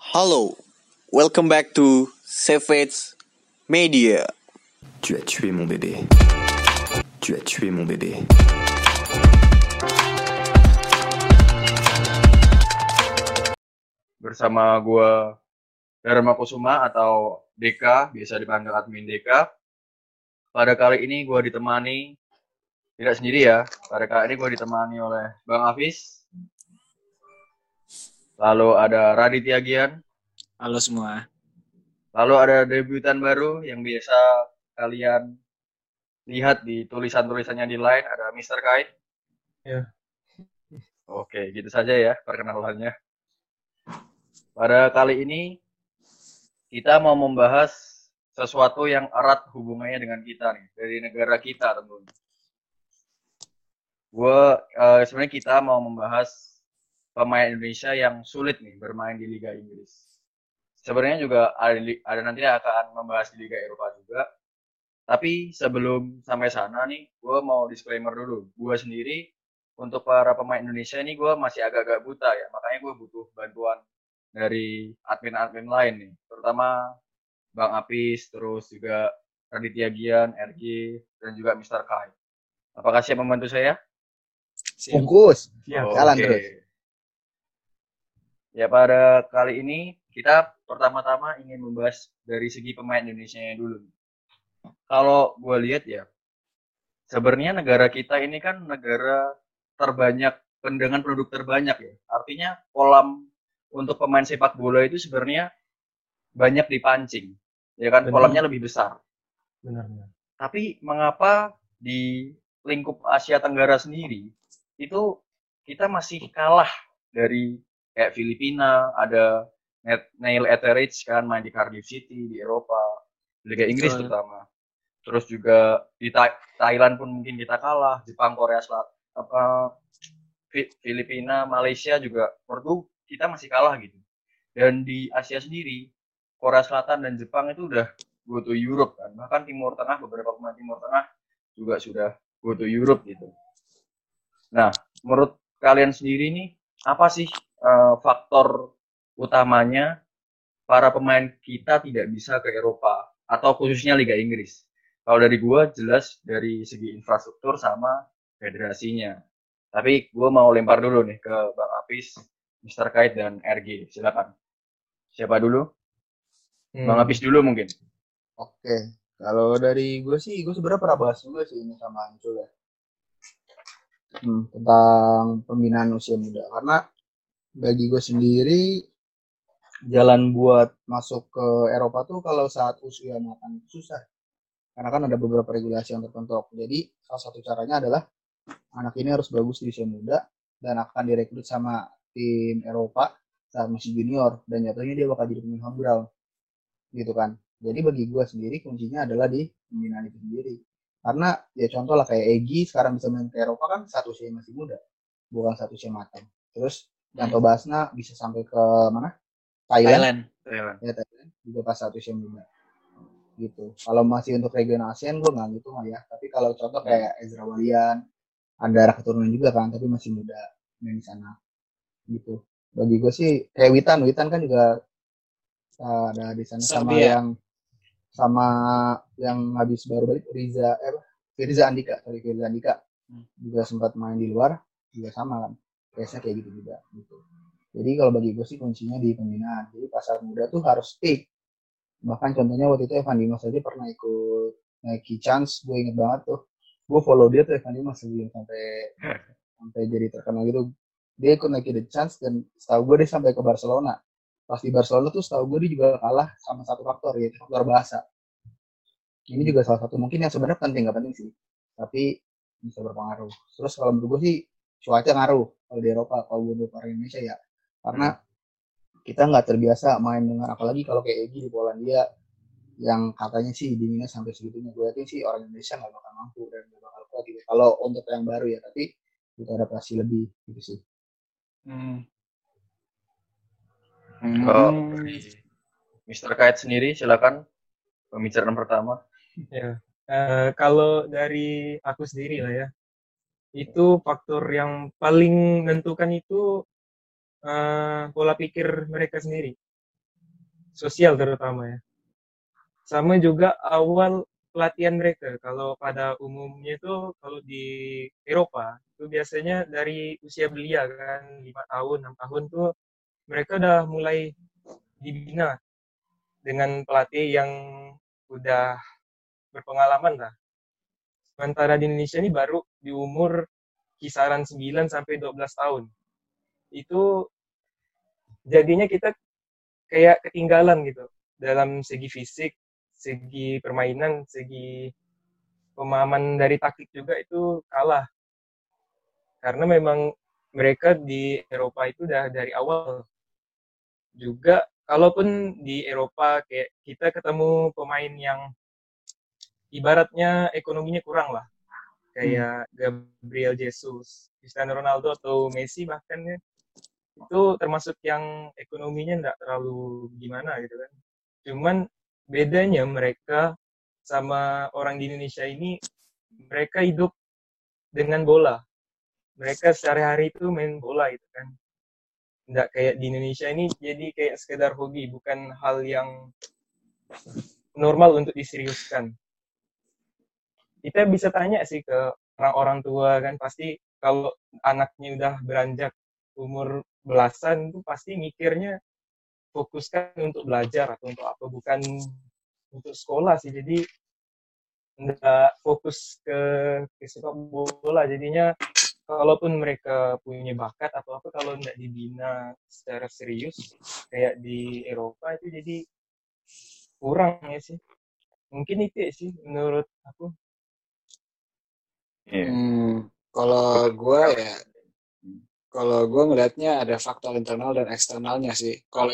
Hello, welcome back to Savage Media. Tu as tué mon bébé. Tu as tué mon bébé. Bersama gue Dharma Kusuma atau Deka, biasa dipanggil admin Deka. Pada kali ini gue ditemani, tidak sendiri ya, pada kali ini gue ditemani oleh Bang Hafiz. Lalu ada Raditya Gian. Halo semua. Lalu ada debutan baru yang biasa kalian lihat di tulisan-tulisannya di line, ada Mr. Kite. Ya. Oke, gitu saja ya perkenalannya. Pada kali ini kita mau membahas sesuatu yang erat hubungannya dengan kita nih, dari negara kita tentunya. Sebenarnya kita mau membahas pemain Indonesia yang sulit nih bermain di Liga Inggris. Sebenarnya juga ada nanti akan membahas di Liga Eropa juga. Tapi sebelum sampai sana nih, gue mau disclaimer dulu. Gue sendiri untuk para pemain Indonesia ini gue masih agak-agak buta ya. Makanya gue butuh bantuan dari admin-admin lain nih. Terutama Bang Apis, terus juga Raditya Gian, RG, dan juga Mr. Kai. Apakah siap membantu saya? Fokus. Oh, Jalan oke. terus. Ya, pada kali ini kita pertama-tama ingin membahas dari segi pemain Indonesia-nya dulu. Kalau gue lihat ya, sebenarnya negara kita ini kan negara terbanyak, dengan penduduk terbanyak ya. Artinya kolam untuk pemain sepak bola itu sebenarnya banyak dipancing. Ya kan, Benar. kolamnya lebih besar. Benar. Tapi mengapa di lingkup Asia Tenggara sendiri itu kita masih kalah dari kayak Filipina, ada Neil Etheridge kan main di Cardiff City di Eropa, Liga Inggris Betul. terutama. Terus juga di Thailand pun mungkin kita kalah, Jepang, Korea Selatan, Filipina, Malaysia juga menurutku kita masih kalah gitu. Dan di Asia sendiri, Korea Selatan dan Jepang itu udah go to Europe kan. Bahkan Timur Tengah, beberapa pemain Timur Tengah juga sudah go to Europe gitu. Nah, menurut kalian sendiri nih, apa sih faktor utamanya para pemain kita tidak bisa ke Eropa atau khususnya Liga Inggris? Kalau dari gue jelas dari segi infrastruktur sama federasinya. Tapi gue mau lempar dulu nih ke Bang Apis, Mr. Kite dan RG. Silakan. Siapa dulu? Bang Apis dulu mungkin. Oke. Kalau dari gue sih, gue sebenarnya pernah bahas juga sih ini sama Ancul ya. Tentang pembinaan usia muda. Karena bagi gue sendiri, jalan buat masuk ke Eropa tuh kalau saat usia makan susah. Karena kan ada beberapa regulasi yang tertentu. Jadi salah satu caranya adalah anak ini harus bagus di usia muda dan akan direkrut sama tim Eropa saat masih junior dan jatuhnya dia bakal jadi pemain home ground gitu kan. Jadi bagi gue sendiri kuncinya adalah di pembinaan itu sendiri. Karena ya contoh lah kayak Egy sekarang bisa main ke Eropa kan satu usia masih muda, bukan satu usia matang. Terus Yanto Basna bisa sampai ke mana? Thailand. Ya Thailand juga pas satu usia muda. Gitu. Kalau masih untuk regional ASEAN gue nggak gitu mah ya. Tapi kalau contoh kayak Ezra Walian, ada darah keturunan juga kan, tapi masih muda main di sana. Gitu. Bagi gue sih kayak Witan kan juga ada di sana Serbia. sama yang habis baru balik Firza Andika juga sempat main di luar juga sama kan, case-nya kayak gitu juga gitu. Jadi kalau bagi gue sih kuncinya di pembinaan. Jadi pasar muda tuh harus stick. Bahkan contohnya waktu itu Evan Dimas aja pernah ikut Nike Chance, gue inget banget tuh. Gue follow dia tuh Evan Dimas sebelum sampai jadi terkenal gitu. Dia ikut Nike The Chance dan setahu gue dia sampai ke Barcelona. Pas di Barcelona tuh setahu gue dia juga kalah sama satu faktor yaitu faktor bahasa. Ini juga salah satu mungkin yang sebenarnya penting, nggak penting sih, tapi bisa berpengaruh. Terus kalau menurut gue sih cuaca ngaruh kalau di Eropa, kalau untuk orang Indonesia ya, karena kita nggak terbiasa main dengan, apalagi kalau kayak Egy di Polandia yang katanya sih dinginnya sampai segitunya. Gue yakin sih orang Indonesia nggak bakal mampu dan nggak bakal kuat gitu. Kalau untuk yang baru ya, tapi kita adaptasi lebih gitu sih. Mr. Kite sendiri silakan pembicaraan pertama. Ya, kalau dari aku sendiri lah ya, itu faktor yang paling menentukan itu pola pikir mereka sendiri. sosial terutama ya. Sama juga awal pelatihan mereka. Kalau pada umumnya itu kalau di Eropa itu biasanya dari usia belia kan 5 tahun 6 tahun tuh mereka udah mulai dibina dengan pelatih yang udah berpengalaman lah. Sementara di Indonesia ini baru di umur kisaran 9 sampai 12 tahun. Itu jadinya kita kayak ketinggalan gitu dalam segi fisik, segi permainan, segi pemahaman dari taktik juga itu kalah. Karena memang mereka di Eropa itu udah dari awal juga, kalaupun di Eropa kayak kita ketemu pemain yang ibaratnya ekonominya kurang lah, kayak Gabriel Jesus, Cristiano Ronaldo atau Messi bahkan ya, itu termasuk yang ekonominya enggak terlalu gimana gitu kan. Cuman bedanya mereka sama orang di Indonesia ini, mereka hidup dengan bola. Mereka sehari-hari itu main bola gitu kan. Nggak kayak di Indonesia ini jadi kayak sekedar hobi, bukan hal yang normal untuk diseriuskan. Kita bisa tanya sih ke orang-orang tua kan, pasti kalau anaknya udah beranjak umur belasan itu pasti mikirnya fokuskan untuk belajar atau untuk apa, bukan untuk sekolah sih. Jadi nggak fokus ke sepak bola, jadinya kalaupun mereka punya bakat atau apa, kalau nggak dibina secara serius kayak di Eropa itu jadi kurang ya sih. Mungkin itu ya sih menurut aku. Iya. Kalau gue ya, kalau gue ngelihatnya ada faktor internal dan eksternalnya sih. Kalau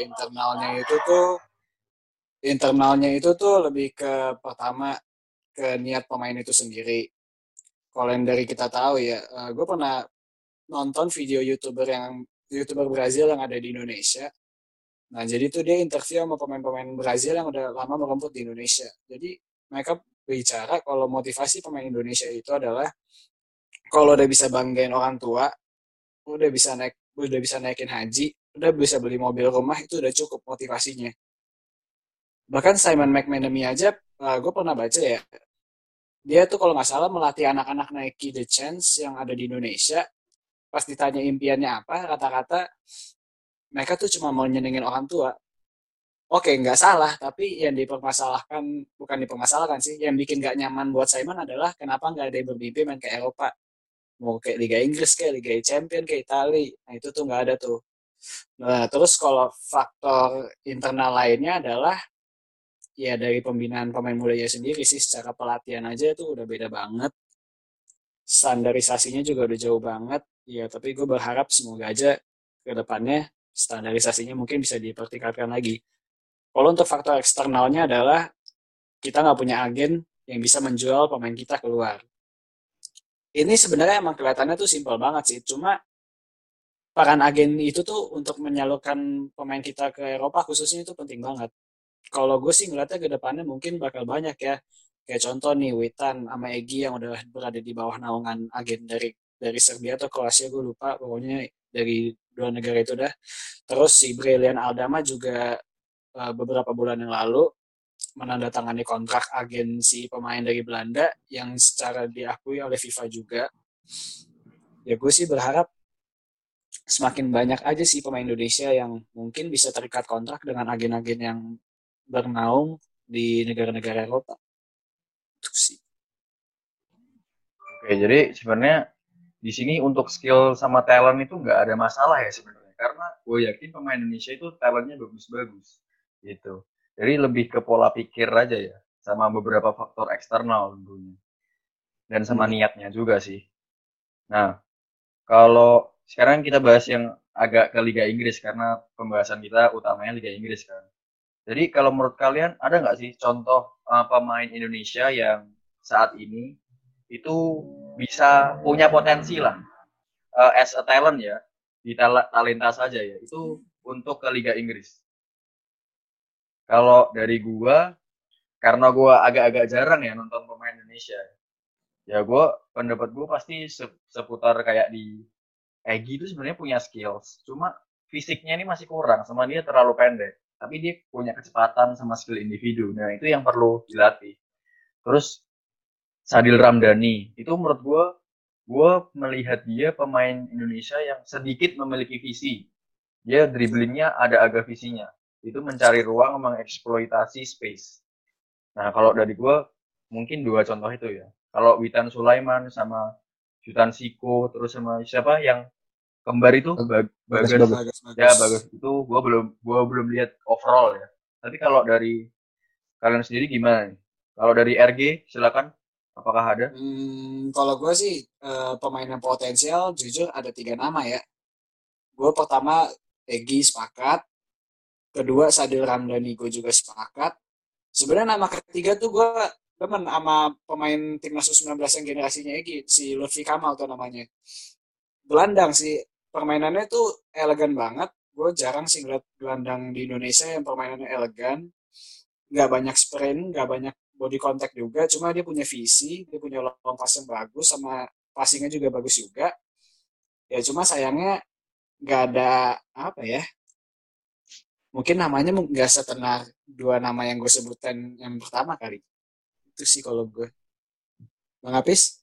internalnya itu lebih ke pertama ke niat pemain itu sendiri. Kalau yang dari kita tahu ya, gue pernah nonton video youtuber Brazil yang ada di Indonesia. Nah, jadi tuh dia interview sama pemain-pemain Brazil yang udah lama merumput di Indonesia. Jadi mereka bicara kalau motivasi pemain Indonesia itu adalah kalau udah bisa banggain orang tua, udah bisa naikin haji, udah bisa beli mobil rumah, itu udah cukup motivasinya. Bahkan Simon McManamy aja, gue pernah baca ya, dia tuh kalau nggak salah melatih anak-anak Nike The Chance yang ada di Indonesia. Pas ditanya impiannya apa, kata-kata mereka tuh cuma mau nyenengin orang tua. Oke, nggak salah, tapi yang bukan dipermasalahkan sih, yang bikin nggak nyaman buat Simon adalah kenapa nggak ada yang bermimpi main ke Eropa. Mau kayak Liga Inggris, kayak Liga Champion, kayak Itali. Nah, itu tuh nggak ada tuh. Nah, terus kalau faktor internal lainnya adalah ya dari pembinaan pemain mudanya sendiri sih, secara pelatihan aja tuh udah beda banget. Standarisasinya juga udah jauh banget. Ya, tapi gue berharap semoga aja ke depannya standarisasinya mungkin bisa dipertingkatkan lagi. Kalau untuk faktor eksternalnya adalah kita nggak punya agen yang bisa menjual pemain kita keluar. Ini sebenarnya emang kelihatannya tuh simpel banget sih. Cuma peran agen itu tuh untuk menyalurkan pemain kita ke Eropa khususnya itu penting banget. Kalau gue sih ngeliatnya ke depannya mungkin bakal banyak ya. Kayak contoh nih Witan sama Egy yang udah berada di bawah naungan agen dari Serbia atau Kroasia, gue lupa, pokoknya dari dua negara itu dah. Terus si Brilian Aldama juga beberapa bulan yang lalu menandatangani kontrak agensi pemain dari Belanda yang secara diakui oleh FIFA juga. Ya gue sih berharap semakin banyak aja sih pemain Indonesia yang mungkin bisa terikat kontrak dengan agen-agen yang bernaung di negara-negara Eropa. Itu sih. Oke, jadi sebenarnya di sini untuk skill sama talent itu nggak ada masalah ya sebenarnya, karena gue yakin pemain Indonesia itu talentnya bagus-bagus gitu. Jadi lebih ke pola pikir aja ya, sama beberapa faktor eksternal tentunya, dan sama niatnya juga sih. Nah, kalau sekarang kita bahas yang agak ke Liga Inggris karena pembahasan kita utamanya Liga Inggris kan. Jadi kalau menurut kalian ada nggak sih contoh pemain Indonesia yang saat ini itu bisa punya potensi lah as a talent ya, di talenta saja ya, itu untuk ke Liga Inggris? Kalau dari gua, karena gua agak-agak jarang ya nonton pemain Indonesia, ya pendapat gua pasti seputar kayak di Egy itu sebenarnya punya skills, cuma fisiknya ini masih kurang, sama dia terlalu pendek. tapi dia punya kecepatan sama skill individu. Nah, itu yang perlu dilatih. Terus Sadil Ramdhani, itu menurut gue melihat dia pemain Indonesia yang sedikit memiliki visi. Dia dribblingnya ada agak visinya. Itu mencari ruang mengeksploitasi space. Nah, kalau dari gue mungkin dua contoh itu ya. Kalau Witan Sulaiman sama Jutan Siko terus sama siapa yang kembar itu Bagus, Bagas bagus. ya Bagas itu gua belum lihat overall ya. Tapi kalau dari kalian sendiri gimana nih? Kalau dari RG silakan, apakah ada? Kalau gue sih pemain yang potensial jujur ada 3 nama ya. Gue pertama Egi sepakat, kedua Sadil Ramdhani gue juga sepakat. Sebenarnya nama ketiga tuh gue temen sama pemain timnas U19 yang generasinya Egi, si Lutfi Kamal tuh namanya. Gelandang sih, permainannya tuh elegan banget. Gue jarang sih ngeliat gelandang di Indonesia yang permainannya elegan. Nggak banyak sprint, nggak banyak body contact juga. Cuma dia punya visi, dia punya long pass yang bagus, sama passingnya juga bagus juga. Ya cuma sayangnya nggak ada apa ya. Mungkin namanya nggak setenar 2 nama yang gue sebutkan yang pertama kali. Itu sih kalau gue. Bang Apis?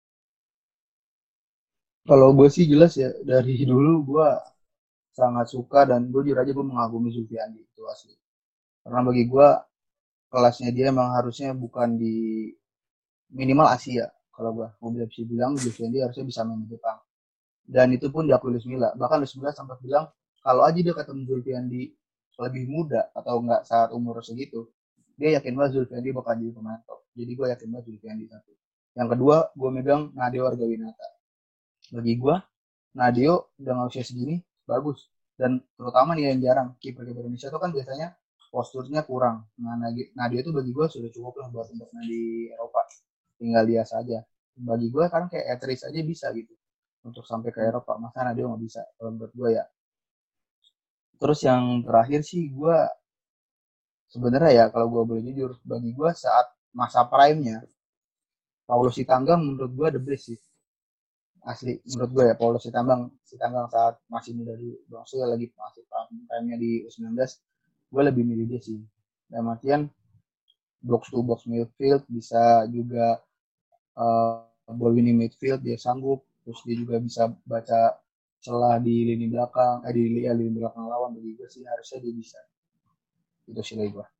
Kalau gue sih jelas ya, dari dulu gue sangat suka dan gue jujur aja gue mengagumi Zulfiandi itu asli. Karena bagi gue kelasnya dia emang harusnya bukan di minimal Asia. Kalau gue bisa bilang Zulfiandi harusnya bisa main di Jepang. Dan itu pun diakui Luis Milla. Bahkan Luis Milla sempat bilang kalau aja dia ketemu Zulfiandi lebih muda atau enggak saat umur segitu, dia yakin banget Zulfiandi bakal jadi pemain top. Jadi gue yakin banget Zulfiandi satu. Yang kedua, gue megang Nadeo Argawinata. Bagi gue, Nadeo dengan usia segini bagus. Dan terutama nih yang jarang, kiper-kiper Indonesia itu kan biasanya posturnya kurang. Nah, Nadeo itu bagi gue sudah cukup lah buat untuk main di Eropa. Tinggal dia saja. Bagi gue kan kayak Etris aja bisa gitu untuk sampai ke Eropa. Masa Nadeo nggak bisa? Kalau menurut gue ya. Terus yang terakhir sih gue sebenarnya ya kalau gue boleh jujur, bagi gue saat masa prime-nya Paulus Sitanggang menurut gue the best sih. Asli menurut gue ya Paulus Sitanggang saat masih muda dulu. Maksudnya lagi masih prime-nya di U19, gue lebih milih dia sih. Dalam artian box to box midfield bisa juga ball winning midfield dia sanggup. Terus dia juga bisa baca celah di lini belakang, di lini belakang lawan. Bagi gue sih harusnya dia bisa. Itu sih lagi gue.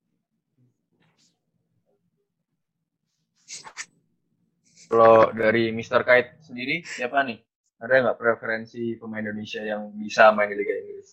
Kalau dari Mr. Kite sendiri siapa nih? Ada nggak preferensi pemain Indonesia yang bisa main di Liga Inggris?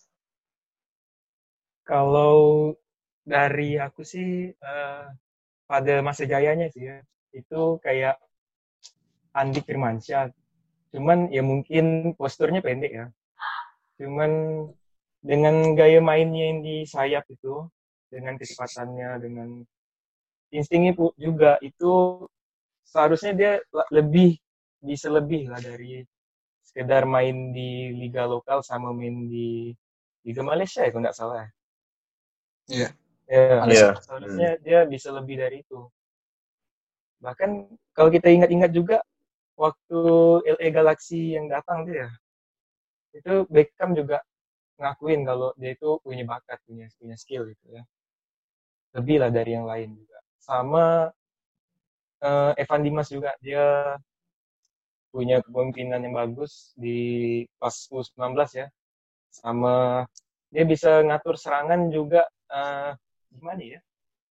Kalau dari aku sih pada masa jayanya sih ya, itu kayak Andi Firmansyah. Cuman ya mungkin posturnya pendek ya. Cuman dengan gaya mainnya yang di sayap itu, dengan kecepatannya, dengan instingnya juga itu seharusnya dia bisa lebih lah dari sekedar main di liga lokal sama main di Liga Malaysia ya kalau nggak salah. Iya. Ya, seharusnya dia bisa lebih dari itu. Bahkan kalau kita ingat-ingat juga waktu LA Galaxy yang datang tuh ya, itu Beckham juga ngakuin kalau dia itu punya bakat, punya skill gitu ya. Lebih lah dari yang lain juga. Sama Evan Dimas juga, dia punya kepemimpinan yang bagus di pas U19 ya. Sama dia bisa ngatur serangan juga gimana ya?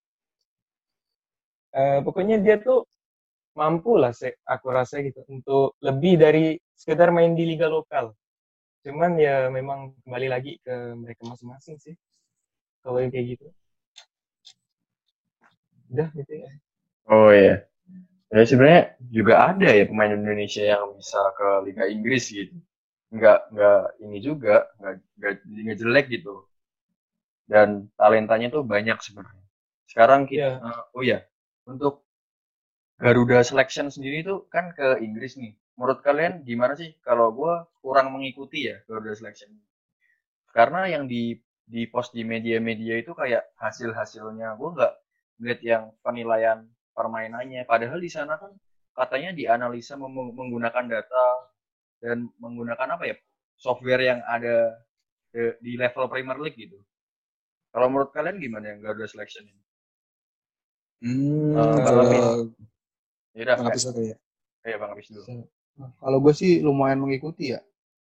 Pokoknya dia tuh mampu lah aku rasa gitu untuk lebih dari sekedar main di liga lokal. Cuman ya memang kembali lagi ke mereka masing-masing sih. Kalau yang kayak gitu. Udah gitu ya. Oh iya. Ya sebenarnya juga ada ya pemain Indonesia yang bisa ke Liga Inggris gitu. Nggak ini juga, nggak jelek gitu. Dan talentanya tuh banyak sebenarnya. Sekarang kita, oh ya, untuk Garuda Selection sendiri tuh kan ke Inggris nih. Menurut kalian gimana sih? Kalau gue kurang mengikuti ya Garuda Selection. Karena yang di post di media-media itu kayak hasil-hasilnya. Gue nggak ngeliat yang penilaian permainannya. Padahal di sana kan katanya dianalisa menggunakan data dan menggunakan apa ya software yang ada di level Premier League gitu. Kalau menurut kalian gimana yang Garuda Selection ini? Hmm, Bang Apis. kalau Ya udah, Bang Apis oke ya. Bang Apis dulu. Nah, kalau gue sih lumayan mengikuti ya.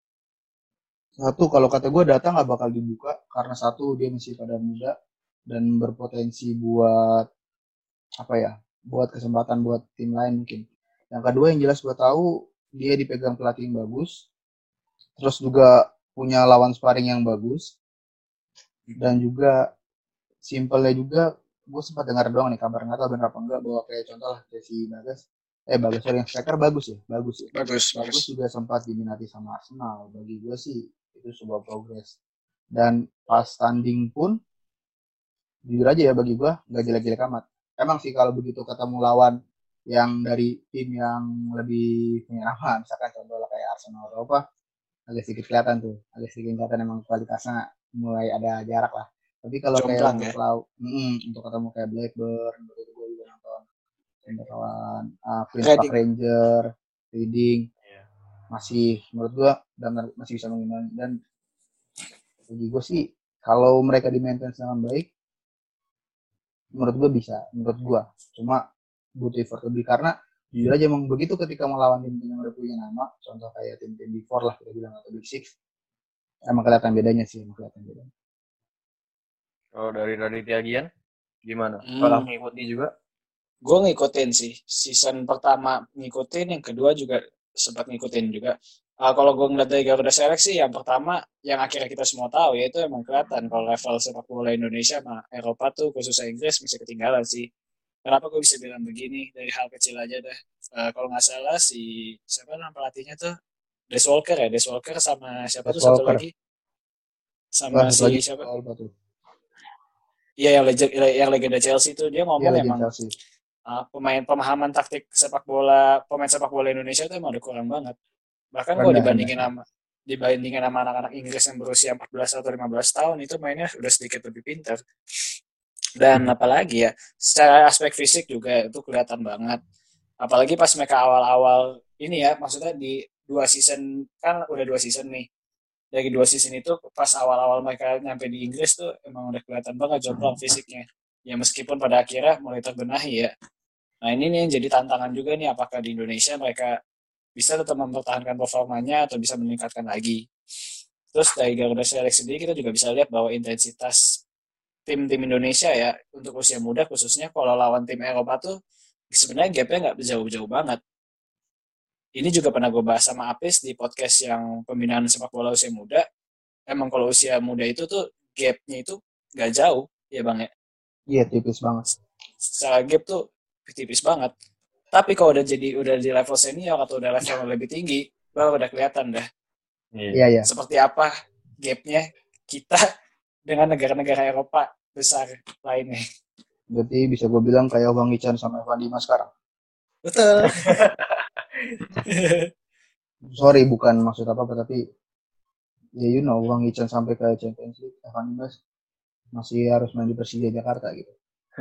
Satu, kalau kata gue data nggak bakal dibuka karena satu dia masih pada muda dan berpotensi buat apa ya, buat kesempatan buat tim lain mungkin. Yang kedua yang jelas gue tahu dia dipegang pelatih yang bagus, terus juga punya lawan sparring yang bagus, dan juga simpelnya juga gue sempat dengar doang nih kabar, nggak tahu benar apa enggak, bahwa kayak contoh lah kayak si Bagas sorry, yang striker bagus Bagus. juga sempat diminati sama Arsenal. Bagi gue sih itu sebuah progres, dan pas tanding pun jujur aja ya bagi gue nggak jelek-jelek amat. Emang sih kalau begitu ketemu lawan yang dari tim yang lebih punya nama, misalkan contoh lah kayak Arsenal atau apa, agak sedikit kelihatan tuh, agak sedikit kelihatan emang kualitasnya mulai ada jarak lah. Tapi kalau kayak Jomplang untuk ya. untuk ketemu kayak Blackburn, itu gue juga nonton untuk lawan Queen's Reading. Park Ranger, Reading, Iya. masih menurut gue masih bisa mengimbangi. Dan bagi gue sih kalau mereka di maintenance dengan baik, menurut gue bisa, menurut gue cuma butuh effort lebih, karena jujur aja emang begitu ketika melawan tim-tim yang udah punya nama, contoh kayak tim-tim Big Four lah kita bilang atau Big Six, emang kelihatan bedanya sih, emang kelihatan bedanya. Kalau dari Raditya Gian gimana? Apakah mengikuti juga? Gue ngikutin sih. Season pertama ngikutin, yang kedua juga sempat ngikutin juga. Kalau gue ngeliat dari Garuda Seleksi, yang pertama yang akhirnya kita semua tahu ya itu emang kelihatan kalau level sepak bola Indonesia sama Eropa tuh khususnya Inggris masih ketinggalan sih. Kenapa gue bisa bilang begini? Dari hal kecil aja deh. Kalau nggak salah si siapa nama pelatihnya tuh Des Walker sama siapa Des tuh satu Walker. lagi sama Satu si lagi siapa? soal batu. Iya yang legenda Chelsea itu dia Dia ngomong legend emang Chelsea. pemahaman taktik pemain sepak bola Indonesia itu emang udah kurang banget. Bahkan kalau Rendah. dibandingin sama anak-anak Inggris yang berusia 14 atau 15 tahun itu mainnya udah sedikit lebih pintar. Dan apalagi ya, secara aspek fisik juga itu kelihatan banget. Apalagi pas mereka awal-awal ini ya, maksudnya di 2 season, kan udah 2 season nih. Dari 2 season itu pas awal-awal mereka nyampe di Inggris tuh emang udah kelihatan banget jomplang fisiknya. Ya meskipun pada akhirnya mulai terbenahi ya. Nah ini nih yang jadi tantangan juga nih, apakah di Indonesia mereka bisa tetap mempertahankan performanya atau bisa meningkatkan lagi. Terus dari Garuda Select sendiri kita juga bisa lihat bahwa intensitas tim-tim Indonesia ya untuk usia muda khususnya kalau lawan tim Eropa tuh sebenarnya gapnya nggak jauh-jauh banget. Ini juga pernah gue bahas sama Apis di podcast yang pembinaan sepak bola usia muda. Emang kalau usia muda itu tuh gapnya itu nggak jauh ya bang ya. Iya, tipis banget. Secara gap tuh tipis banget. Tapi kalau udah di level senior atau udah level yang lebih tinggi, baru udah kelihatan dah. Iya. Seperti apa gapnya kita dengan negara-negara Eropa besar lainnya. Berarti bisa gue bilang kayak Bang Ican sama Evan Dimas sekarang. Betul. Sorry, bukan maksud apa-apa, tapi ya Bang Ican sampai ke Champions League, Evan Dimas masih harus main di Persija Jakarta gitu.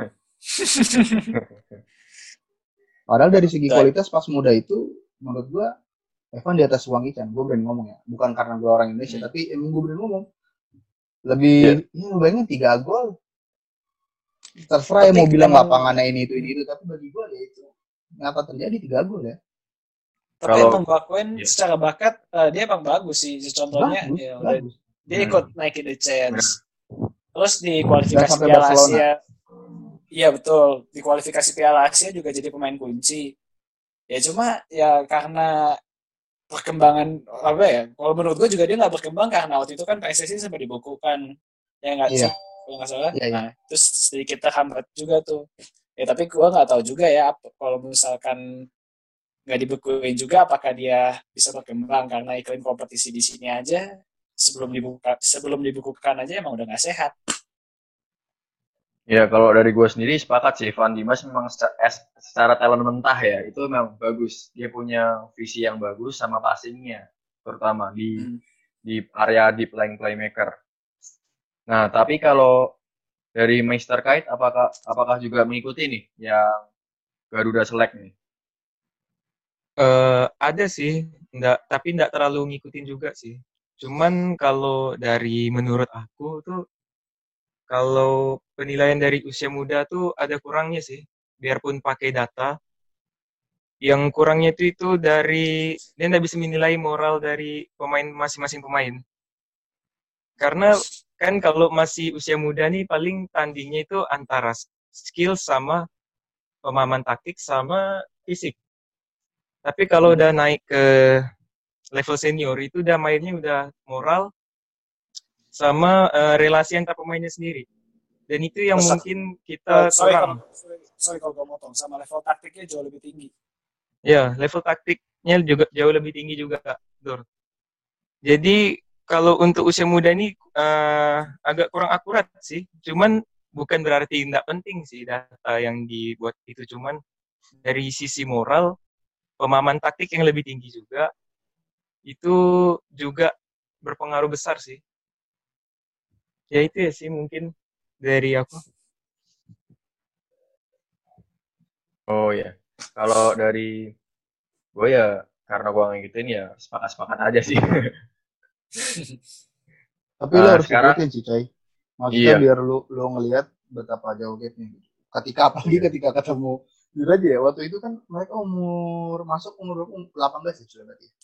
Padahal dari segi kualitas pas muda itu, menurut gue Evan di atas Wang Ican. Gue berani ngomong ya, bukan karena gue orang Indonesia, tapi emang gue berani ngomong. Lebih, bayangin 3 gol. Terserah ya mau bilang lapangannya ini itu, tapi bagi gue ya itu nyata terjadi 3 gol ya. Tapi emang gue akuin secara bakat dia emang bagus sih. Contohnya bagus. Dia ikut naikin the chance. Terus di kualifikasi Piala Asia, iya betul, di kualifikasi Piala Asia juga jadi pemain kunci. Ya cuma ya karena perkembangan apa ya? Kalau menurut gue juga dia nggak berkembang karena waktu itu kan PSSI sempat dibekukan, ya nggak sih? Kalau nggak salah. Iya. Nah, terus sedikit terhambat juga tuh. Ya tapi gue nggak tahu juga ya kalau misalkan nggak dibekuin juga apakah dia bisa berkembang karena iklim kompetisi di sini aja sebelum dibukukan aja emang udah nggak sehat. Ya kalau dari gue sendiri sepakat sih, Evan Dimas memang secara talent mentah ya itu memang bagus. Dia punya visi yang bagus sama passingnya, terutama di area deep line playmaker. Nah tapi kalau dari Meister Kite apakah juga mengikuti nih yang Garuda Select nih? Ada sih, tapi nggak terlalu ngikutin juga sih. Cuman kalau dari menurut aku tuh kalau penilaian dari usia muda tuh ada kurangnya sih. Biarpun pakai data, yang kurangnya itu dari dia nggak bisa menilai moral dari pemain masing-masing pemain. Karena kan kalau masih usia muda nih paling tandingnya itu antara skill sama pemahaman taktik sama fisik. Tapi kalau udah naik ke level senior itu udah mainnya udah moral sama relasi antar pemainnya sendiri. Dan itu yang mungkin kita kurang. Sorry kalau gue motong, sama level taktiknya jauh lebih tinggi. Ya, level taktiknya juga jauh lebih tinggi juga, Dor. Jadi kalau untuk usia muda ini agak kurang akurat sih. Cuman bukan berarti tidak penting sih data yang dibuat itu. Cuman dari sisi moral, pemahaman taktik yang lebih tinggi juga, itu juga berpengaruh besar sih. Ya itu ya sih mungkin dari aku. Oh ya, kalau dari gue ya karena gue ngikutin ya sepakat-sepakat aja sih. Tapi lo harus Sekarang ikutin sih, coy. iya, Maksudnya biar lo ngelihat betapa jauh gapnya gitu. Apalagi ketika ketemu jujur aja ya, waktu itu kan mereka masuk umur 18 ya sudah berarti.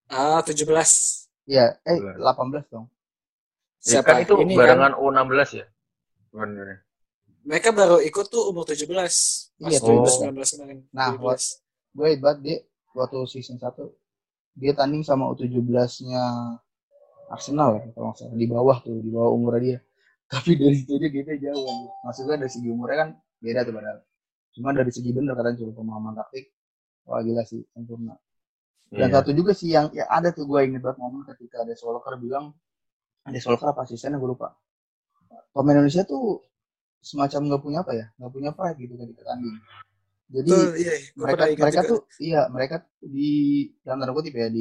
17. Iya, 17. 18 dong. Ya, Siapa? kan itu Ini barengan kan U16 ya, bener. mereka baru ikut tuh umur 17. Pas Iya, 2019 kemarin. Nah, 17. gue hebat dia waktu season 1 dia tanding sama U17-nya Arsenal ya, kalau nggak salah. Di bawah umurnya dia. Tapi dari situ dia gitu jauh anjir. Maksudnya dari segi umurnya kan beda tuh padahal. Cuma dari segi bener katanya cuma pemahaman taktik, wah gila sih, sempurna. Dan Iya. satu juga sih yang ya ada tuh gue inget banget momen ketika ada Solskjaer bilang, ada Solskjaer apa asistennya gue lupa. Pemain Indonesia tuh semacam nggak punya apa ya, nggak punya pride gitu ketika tanding. Jadi Tuh, iya, mereka tuh iya mereka di dalam tanda kutip ya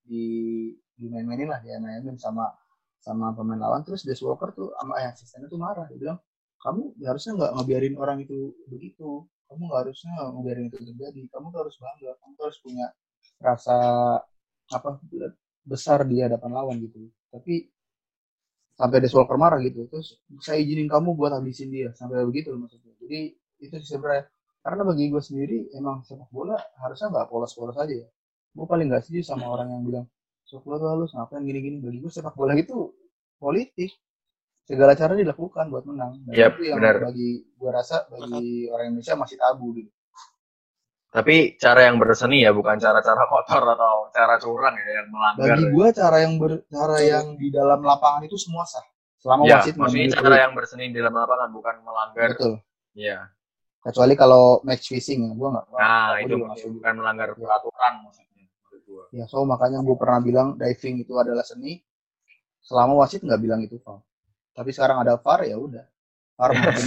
di main-mainin lah ya mainin sama pemain lawan. Terus Des Walker tuh sama asistennya tuh marah, dia bilang kamu harusnya nggak ngebiarin orang itu begitu, kamu nggak harusnya ngebiarin itu terjadi, kamu tuh harus bangga, kamu tuh harus punya rasa apa besar di hadapan lawan gitu. Tapi sampai Des Walker marah gitu, terus saya izinin kamu buat habisin dia sampai begitu loh maksudnya. Jadi itu sih sebenarnya karena bagi gue sendiri emang sepak bola harusnya nggak polos-polos aja ya. Gue paling nggak setuju sama orang yang bilang sepak bola halus ngapain gini-gini. Bagi gue sepak bola itu politik, segala cara dilakukan buat menang. Dan Yap, itu yang benar. bagi gue rasa bagi orang Indonesia masih tabu gitu. Tapi cara yang berseni ya, bukan cara-cara kotor atau cara curang ya yang melanggar. Bagi gue cara yang di dalam lapangan itu semua sah. Selama Ya, wasit maksudnya memberi cara peluit. yang berseni di dalam lapangan bukan melanggar. Betul. Iya. Kecuali kalau match fixing ya, gue nggak. Nah, aku itu juga nggak maksudnya setuju. bukan melanggar peraturan maksudnya. Menurut gua. Ya, so makanya gue pernah bilang diving itu adalah seni. Selama wasit nggak bilang itu foul. Tapi sekarang ada VAR ya udah. VAR makin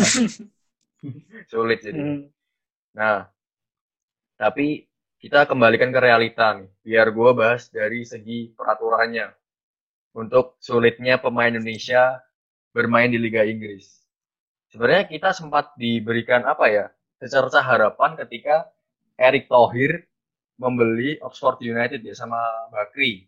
Sulit jadi. Nah, tapi kita kembalikan ke realita nih. Biar gua bahas dari segi peraturannya. Untuk sulitnya pemain Indonesia bermain di Liga Inggris. Sebenarnya kita sempat diberikan apa ya? Secercah harapan ketika Erick Thohir membeli Oxford United ya sama Bakri.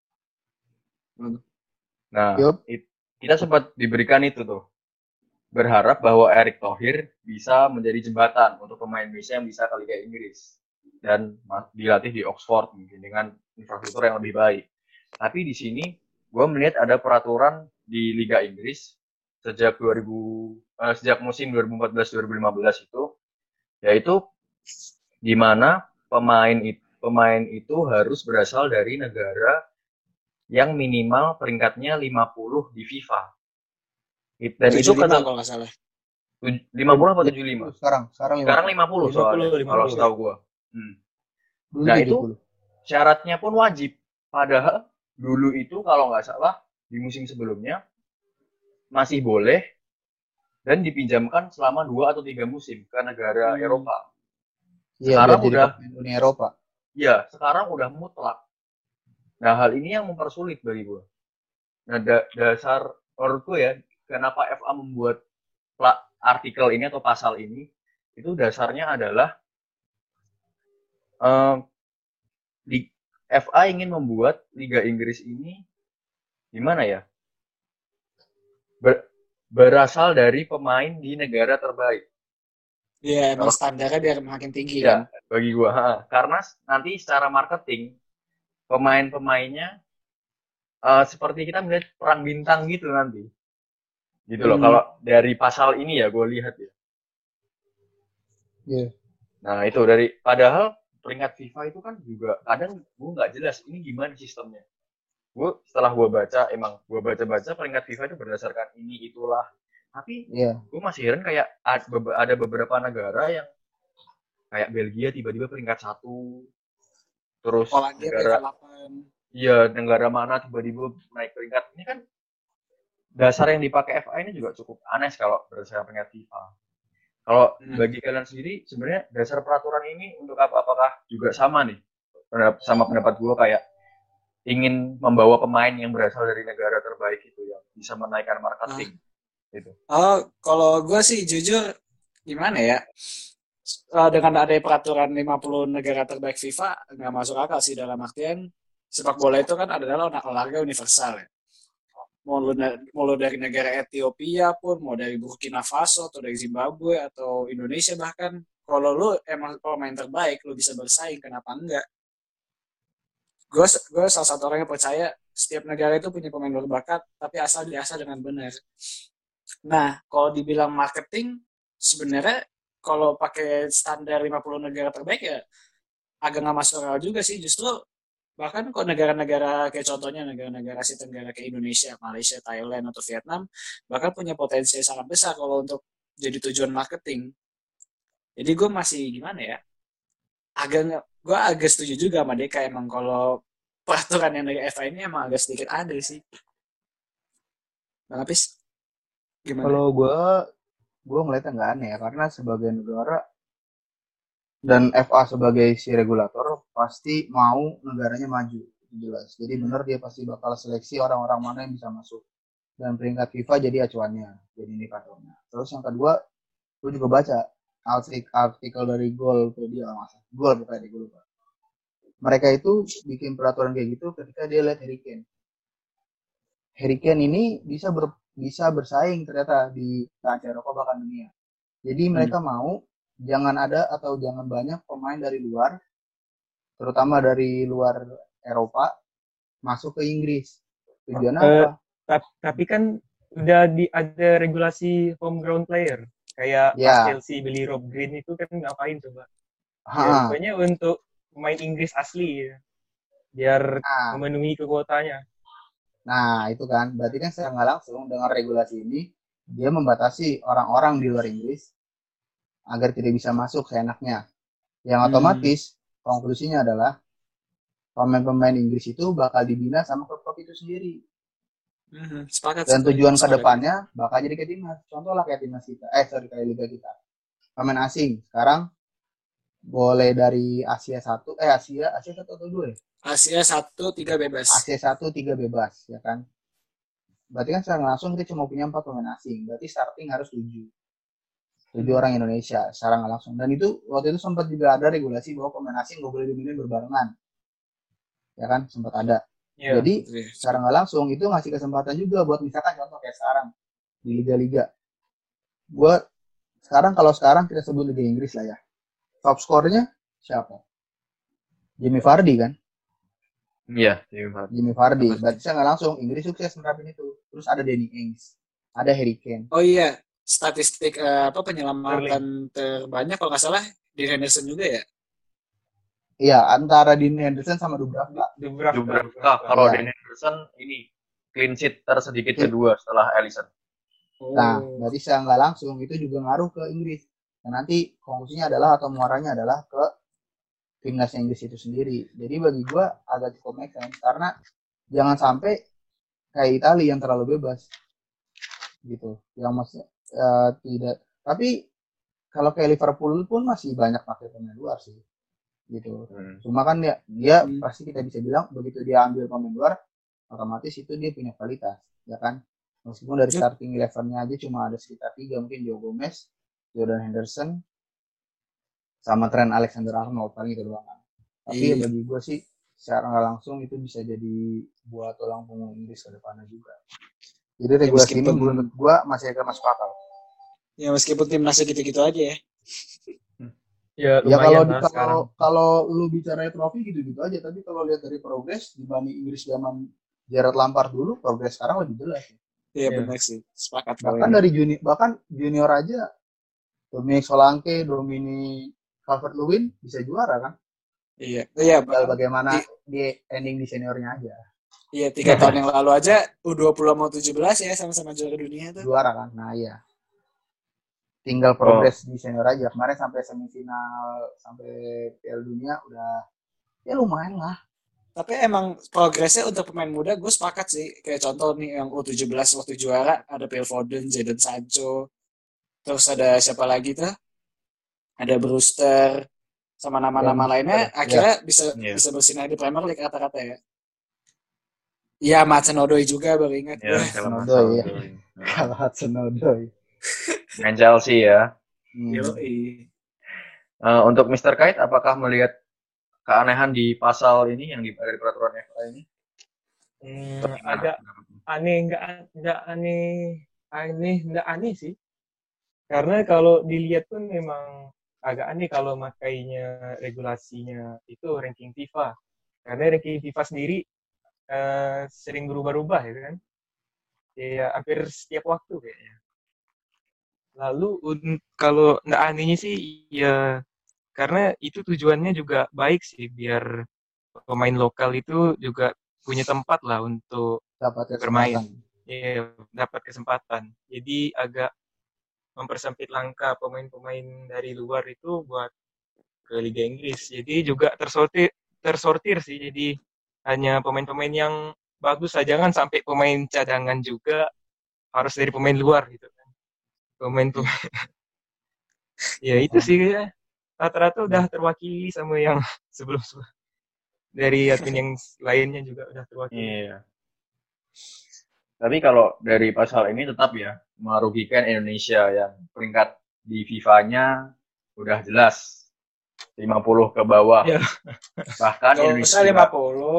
Nah, Yup. kita sempat diberikan itu tuh. Berharap bahwa Erick Thohir bisa menjadi jembatan untuk pemain Indonesia yang bisa ke Liga Inggris. Dan dilatih di Oxford mungkin dengan infrastruktur yang lebih baik. Tapi di sini gue melihat ada peraturan di Liga Inggris sejak musim 2014-2015 itu, yaitu di mana pemain itu harus berasal dari negara yang minimal peringkatnya 50 di FIFA. Dan itu kan kalau nggak salah. 50 atau 75? Sekarang 50 soalnya, kalau setahu gue. Dulu Nah 70. itu syaratnya pun wajib. Padahal dulu itu kalau nggak salah di musim sebelumnya masih boleh dan dipinjamkan selama 2 atau 3 musim ke negara Eropa. Iya, Sekarang biar jadi udah pemain Uni Eropa. ya sekarang udah mutlak. Nah hal ini yang mempersulit bagi gue. Nah dasar menurutku ya kenapa FA membuat artikel ini atau pasal ini itu dasarnya adalah di FA ingin membuat Liga Inggris ini gimana ya berasal dari pemain di negara terbaik. Iya, emang Kalau standarnya biar makin tinggi ya kan. bagi gua, karena nanti secara marketing pemain-pemainnya seperti kita melihat perang bintang gitu nanti. Gitu loh. Kalau dari pasal ini ya gue lihat ya. Iya. Nah, itu dari padahal peringkat FIFA itu kan juga kadang gue nggak jelas ini gimana sistemnya. Setelah gue baca, emang gue baca-baca peringkat FIFA itu berdasarkan ini itulah. Tapi Iya. gue masih heran kayak ada beberapa negara yang kayak Belgia tiba-tiba peringkat 1, terus Polandia negara peringkat 8. negara mana tiba-tiba naik peringkat. Ini kan dasar yang dipakai FA ini juga cukup aneh kalau berdasarkan peringkat FIFA. Kalau bagi kalian sendiri sebenarnya dasar peraturan ini untuk apa? Apakah juga sama nih sama pendapat gue kayak ingin membawa pemain yang berasal dari negara terbaik itu yang bisa menaikkan marketing gitu. Oh, kalau gue sih jujur gimana ya? Dengan adanya peraturan 50 negara terbaik FIFA nggak masuk akal sih, dalam artian sepak bola itu kan adalah olahraga universal ya. Mau lu dari negara Ethiopia pun, mau dari Burkina Faso atau dari Zimbabwe atau Indonesia bahkan, kalau lu emang pemain terbaik lu bisa bersaing, kenapa enggak? Gue salah satu orang yang percaya setiap negara itu punya pemain berbakat tapi asal diasah dengan benar. Nah, kalau dibilang marketing sebenarnya kalau pakai standar 50 negara terbaik ya agak nggak masuk akal juga sih. Justru bahkan kok negara-negara kayak contohnya negara-negara Asia Tenggara kayak Indonesia, Malaysia, Thailand atau Vietnam bahkan punya potensi yang sangat besar kalau untuk jadi tujuan marketing. Jadi gue masih gimana ya, gue agak setuju juga sama Deka, emang kalau peraturan yang dari FA ini emang agak sedikit aneh sih. Bang Apis gimana? Kalau gue ngeliatnya nggak aneh ya, karena sebagai negara dan FA sebagai si regulator pasti mau negaranya maju, jelas. Jadi benar dia pasti bakal seleksi orang-orang mana yang bisa masuk, dan peringkat FIFA jadi acuannya, jadi indikatornya. Terus yang kedua, gue juga baca artikel dari Goalpedia, Goal bukan di Goal. Mereka itu bikin peraturan kayak gitu ketika dia lihat Harry Kane ini bisa bersaing ternyata di kancah Eropa bahkan dunia. Jadi mereka mau jangan ada atau jangan banyak pemain dari luar, terutama dari luar Eropa, masuk ke Inggris. Tujuannya apa? Tapi kan udah ada regulasi home ground player. Kayak pas Chelsea beli Rob Green itu kan ngapain coba? Ya, rupanya untuk pemain Inggris asli ya. Biar memenuhi kekuotannya. Nah, itu kan. Berarti kan secara nggak langsung dengan regulasi ini, dia membatasi orang-orang di luar Inggris agar tidak bisa masuk seenaknya. Yang otomatis, konklusinya adalah pemain-pemain Inggris itu bakal dibina sama klub-klub itu sendiri. Sepakat, dan tujuan kedepannya bakal jadi kayak timnas. Contoh lah kayak timnas kita, kayak liga kita. Pemain asing sekarang boleh dari Asia 1 atau 2 ya? Asia 1-3 bebas. Asia 1-3 bebas, ya kan? Berarti kan secara langsung kita cuma punya 4 pemain asing. Berarti starting harus 7 orang Indonesia secara nggak langsung. Dan itu waktu itu sempat juga ada regulasi bahwa pemain asing nggak boleh dimainin berbarengan, ya kan? Sempat ada. Jadi secara nggak langsung itu ngasih kesempatan juga buat misalkan contoh kayak sekarang di liga-liga. Kalau sekarang kita sebut Liga Inggris lah ya. Top skornya siapa? Jamie Vardy kan? Iya, Jamie Vardy. Berarti saya nggak langsung Inggris sukses menerapin itu. Terus ada Danny Ings, ada Harry Kane. Oh iya, statistik penyelamatan terbanyak kalau nggak salah di Henderson juga ya? Iya, antara Dean Henderson sama Dubravka. Kalau Dean Henderson ini clean sheet tersedikit kedua setelah Alisson. Nah, berarti secara nggak langsung itu juga ngaruh ke Inggris. Dan nanti konklusinya adalah atau muaranya adalah ke timnas Inggris itu sendiri. Jadi bagi gue agak cukup make sense karena jangan sampai kayak Italia yang terlalu bebas gitu. Yang maksudnya tidak. Tapi kalau kayak Liverpool pun masih banyak pakai pemain luar sih. Gitu. Cuma kan dia pasti kita bisa bilang begitu dia ambil pemain luar otomatis itu dia punya kualitas, ya kan? Meskipun dari starting 11-nya aja cuma ada sekitar 3, mungkin Joe Gomez, Jordan Henderson, sama Trent Alexander-Arnold, paling itu doang kan. Tapi bagi gue sih secara nggak langsung itu bisa jadi buat tulang punggung Inggris ke depannya juga. Jadi regulasi ini meskipun- menurut gua masih agak masuk akal. Ya meskipun timnasnya gitu-gitu aja ya. Ya Ya lumayan lah sekarang. kalau lu bicara trofi gitu-gitu aja, tapi kalau lihat dari progres dibanding Inggris zaman Gerrard Lampard dulu, progres sekarang lebih jelas. Iya Iya. benar sih. Sepakat kalau Bahkan ini. dari junior aja Dominic Solanke, Dominic Calvert-Lewin bisa juara kan? Iya. Iya, Tinggal bagaimana di ending di seniornya aja. Iya 3 tahun yang lalu aja U20 mau 17 ya sama-sama juara dunia tuh. Juara kan? Nah iya. Tinggal progres di senior aja. Kemarin sampai semifinal, sampai Piala Dunia udah ya lumayan lah. Tapi emang progresnya untuk pemain muda gue sepakat sih. Kayak contoh nih yang U17 waktu juara ada Phil Foden, Jadon Sancho. Terus ada siapa lagi tuh? Ada Brewster sama nama-nama lainnya akhirnya bisa bersinar di Premier League rata-rata ya. Iya, Maatsen Odoi juga baru ingat gue. Hudson-Odoi ya. Kalau Hudson-Odoi. Main Chelsea ya. Yoi. Untuk Mr. Kite, apakah melihat keanehan di pasal ini yang dari peraturan FA ini? Agak aneh, nggak aneh sih. Karena kalau dilihat pun memang agak aneh kalau makainya regulasinya itu ranking FIFA. Karena ranking FIFA sendiri sering berubah-ubah ya kan. Ya hampir setiap waktu kayaknya. Lalu kalau nggak anehnya sih ya karena itu tujuannya juga baik sih biar pemain lokal itu juga punya tempat lah untuk Dapat bermain. kesempatan. Iya, dapat kesempatan. Jadi agak mempersempit langkah pemain-pemain dari luar itu buat ke Liga Inggris. Jadi juga tersortir sih. Jadi hanya pemain-pemain yang bagus saja, jangan sampai pemain cadangan juga harus dari pemain luar gitu kan. Pemain-pemain. Ya itu sih ya. Rata-rata udah terwakili sama yang sebelum dari admin yang lainnya juga udah terwakili. Iya. Tapi kalau dari pasal ini tetap ya merugikan Indonesia yang peringkat di FIFA-nya udah jelas 50 ke bawah. Ya. Bahkan Kalau Indonesia bisa 50,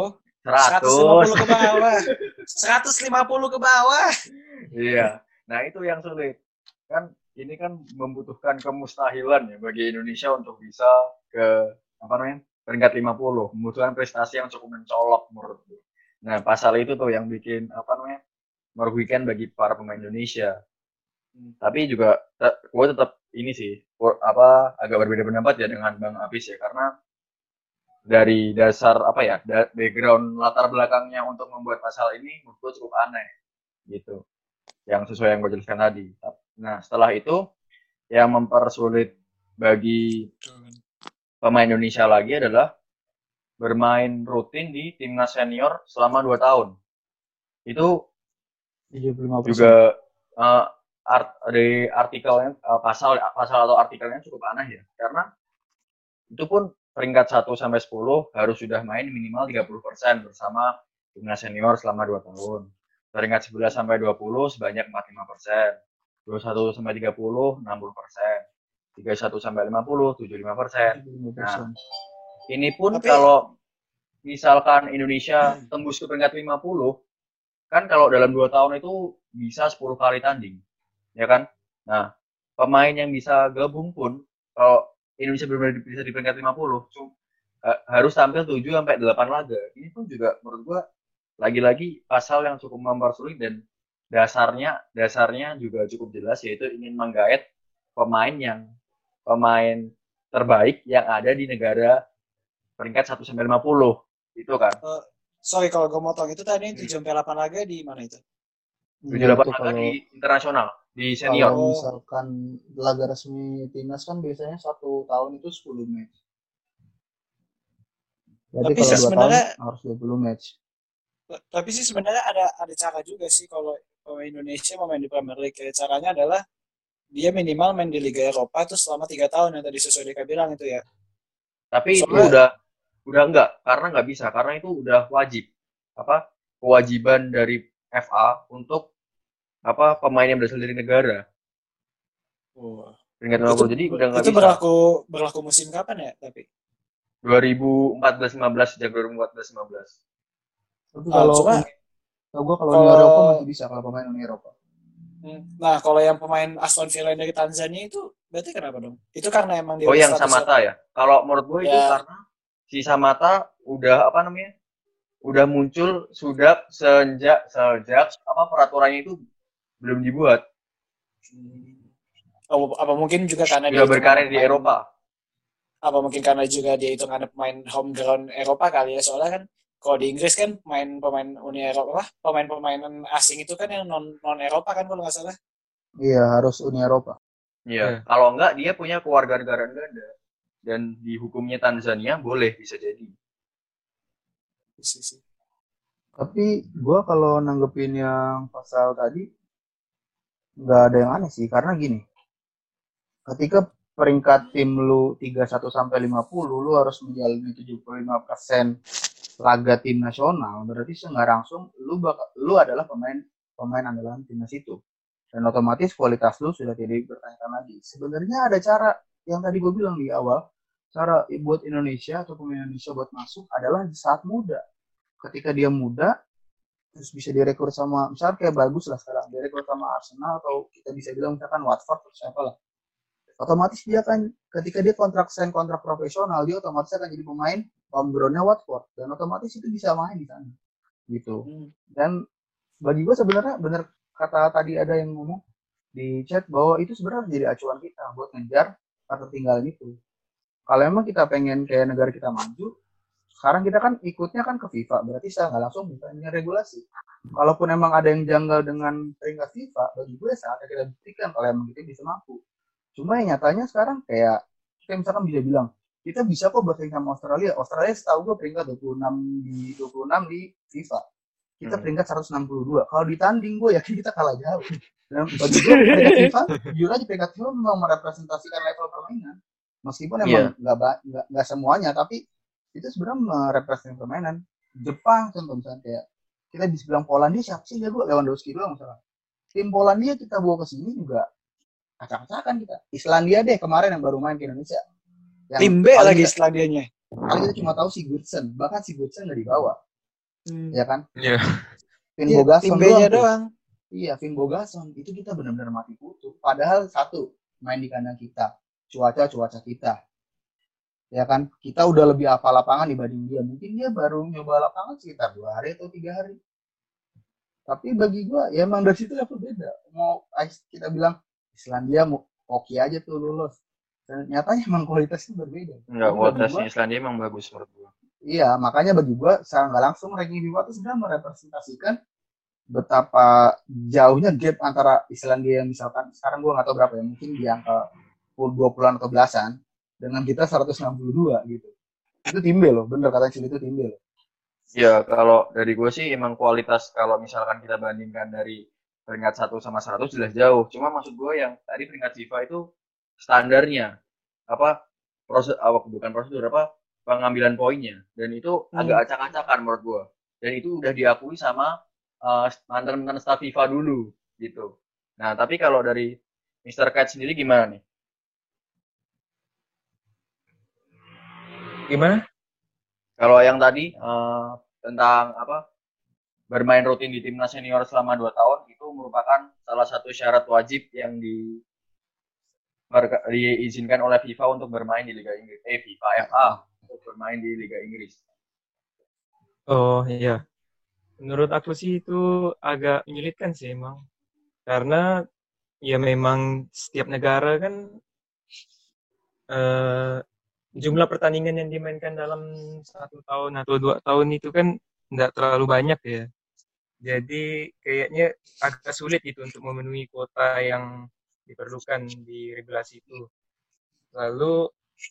100. 150 ke bawah. 150 ke bawah. Iya. Nah, itu yang sulit. Kan ini kan membutuhkan kemustahilan ya bagi Indonesia untuk bisa ke peringkat 50, membutuhkan prestasi yang cukup mencolok menurutku. Nah, pasal itu tuh yang bikin merugikan bagi para pemain Indonesia. Tapi juga gue tetap ini sih agak berbeda pendapat ya dengan Bang Apis ya, karena dari dasar background latar belakangnya untuk membuat pasal ini menurut gue cukup aneh gitu, yang sesuai yang gue jelaskan tadi. Nah, setelah itu yang mempersulit bagi pemain Indonesia lagi adalah bermain rutin di timnas senior selama 2 tahun. Itu 75%. juga dari artikelnya pasal atau artikelnya cukup aneh ya, karena itu pun peringkat 1 sampai 10 harus sudah main minimal 30% bersama timnas senior selama 2 tahun. Peringkat 11 sampai 20 sebanyak 45%. 21 sampai 30 60%. 31 sampai 50 75%. Nah, ini pun kalau misalkan Indonesia tembus ke peringkat 50, kan kalau dalam 2 tahun itu bisa 10 kali tanding, ya kan? Nah, pemain yang bisa gabung pun, kalau Indonesia benar-benar bisa di peringkat 50, harus tampil 7 sampai 8 laga. Ini pun juga menurut gua lagi-lagi pasal yang cukup mempersulit, dan dasarnya juga cukup jelas, yaitu ingin menggait pemain terbaik yang ada di negara peringkat 1 sampai 50. Itu kan. Sorry kalau gue motong, itu tadi 7 sampai 8 laga di mana itu? 7-8 laga di internasional, di senior. Kalau misalkan laga resmi timnas kan biasanya 1 tahun itu 10 match. Jadi tapi kalau 2 sebenarnya tahun harus 20 match. Tapi sih sebenarnya ada cara juga sih kalau pemain Indonesia mau main di Premier League. Kayak caranya adalah dia minimal main di Liga Eropa itu selama 3 tahun yang tadi sesuai Deka bilang itu ya. Tapi soalnya, itu udah enggak, karena nggak bisa, karena itu udah wajib. Kewajiban dari FA untuk pemain yang berasal dari negara. Peringkat 50. Jadi udah nggak bisa. Itu berlaku musim kapan ya? Tapi 2014-15, sejak 2014-15. Tapi kalau Tau gue kalau Uni Kalau Eropa masih bisa kalau pemain Uni Eropa. nah kalau yang pemain Aston Villa dari Tanzania itu berarti kenapa dong? Itu karena emang dia Oh, udah yang statusnya Samata ya. Kalau menurut gue itu ya. karena si Samata udah apa namanya? Udah muncul sudah sejak apa peraturannya itu belum dibuat. Apa mungkin juga karena dia Sudah itu berkarir di pemain- Eropa. Apa mungkin karena juga dia itu karena pemain home ground Eropa kali ya, soalnya kan kalau di Inggris kan pemain Uni Eropa, pemain asing itu kan yang non Eropa kan kalau nggak salah. Iya, harus Uni Eropa. Iya. Kalau enggak dia punya kewarganegaraan ganda dan di hukumnya Tanzania boleh bisa jadi. Sih. Tapi gue kalau nanggepin yang pasal tadi nggak ada yang aneh sih, karena gini, ketika peringkat tim lu 31 sampai 50, lu harus menjalani 75% laga tim nasional, berarti nggak langsung lu adalah pemain andalan timnas itu. Dan otomatis kualitas lu sudah tidak dipertanyakan lagi. Sebenarnya ada cara yang tadi gue bilang di awal, cara buat Indonesia atau pemain Indonesia buat masuk adalah di saat muda. Ketika dia muda, terus bisa direkrut sama, misalnya kayak bagus lah sekarang, direkrut sama Arsenal atau kita bisa bilang misalkan Watford atau siapa lah. Otomatis dia akan, ketika dia kontrak profesional, dia otomatis akan jadi pemain homegrown-nya Watford. Dan otomatis itu bisa main di sana. Gitu. Dan bagi gue sebenarnya benar kata tadi ada yang ngomong di chat bahwa itu sebenarnya jadi acuan kita buat ngejar ketertinggalan itu. Kalau emang kita pengen kayak negara kita maju, sekarang kita kan ikutnya kan ke FIFA, berarti saya nggak langsung bisa regulasi. Kalaupun emang ada yang janggal dengan peringkat FIFA, bagi gue saatnya kita buktikan kalau emang kita bisa mampu. Cuma yang nyatanya sekarang kayak kita misalkan bisa bilang, kita bisa kok bersaing sama Australia. Australia setahu gue peringkat 26 di FIFA. Kita peringkat 162. Kalau ditanding gue yakin kita kalah jauh. Dan bagi gue peringkat FIFA, jujur aja peringkat FIFA memang merepresentasikan level permainan. Meskipun emang nggak semuanya, tapi itu sebenarnya merepresentasikan permainan. Jepang contoh misalnya kayak kita bisa bilang Polandia siapa sih jago, Lewandowski doang misalnya. Tim Polandia kita bawa ke sini juga acak-acakan kita. Islandia deh kemarin yang baru main ke Indonesia. Tim B lagi Islandianya. Paling kita cuma tahu Sigurdsson, bahkan Sigurdsson nggak dibawa. Ya kan? Iya. Finn Bogason tim B-nya doang. Iya, Finn Bogason itu kita benar-benar mati kutu. Padahal satu main di kandang kita, cuaca kita. Ya kan, kita udah lebih hafal lapangan dibanding dia. Mungkin dia baru nyoba lapangan sekitar 2 hari atau 3 hari. Tapi bagi gua ya emang dari situ level beda. Mau kita bilang Islandia mau oke aja tuh lulus. Dan nyatanya emang kualitasnya berbeda. Enggak, kualitasnya Islandia emang bagus menurut gua. Iya, makanya bagi gua secara nggak langsung ranking FIFA itu sebenarnya merepresentasikan betapa jauhnya gap antara Islandia yang misalkan sekarang gua nggak tahu berapa ya, mungkin di angka 20-an atau belasan dengan kita 162 gitu. Itu tim B loh, bener kata Cil, itu tim B loh. Ya, kalau dari gue sih emang kualitas kalau misalkan kita bandingkan dari peringkat 1 sama 100 jelas jauh. Cuma maksud gue yang tadi peringkat FIFA itu standarnya bukan prosedur pengambilan poinnya, dan itu agak acak-acakan menurut gue. Dan itu udah diakui sama mantan staff FIFA dulu gitu. Nah, tapi kalau dari Mr. Cat sendiri gimana nih? Gimana? Kalau yang tadi tentang bermain rutin di timnas senior selama 2 tahun itu merupakan salah satu syarat wajib yang diizinkan oleh FIFA untuk bermain di Liga Inggris. FA untuk bermain di Liga Inggris. Oh iya. Menurut aku sih itu agak menyulitkan sih emang. Karena ya memang setiap negara kan jumlah pertandingan yang dimainkan dalam 1 tahun atau 2 tahun itu kan tidak terlalu banyak ya. Jadi kayaknya agak sulit itu untuk memenuhi kuota yang diperlukan di regulasi itu. Lalu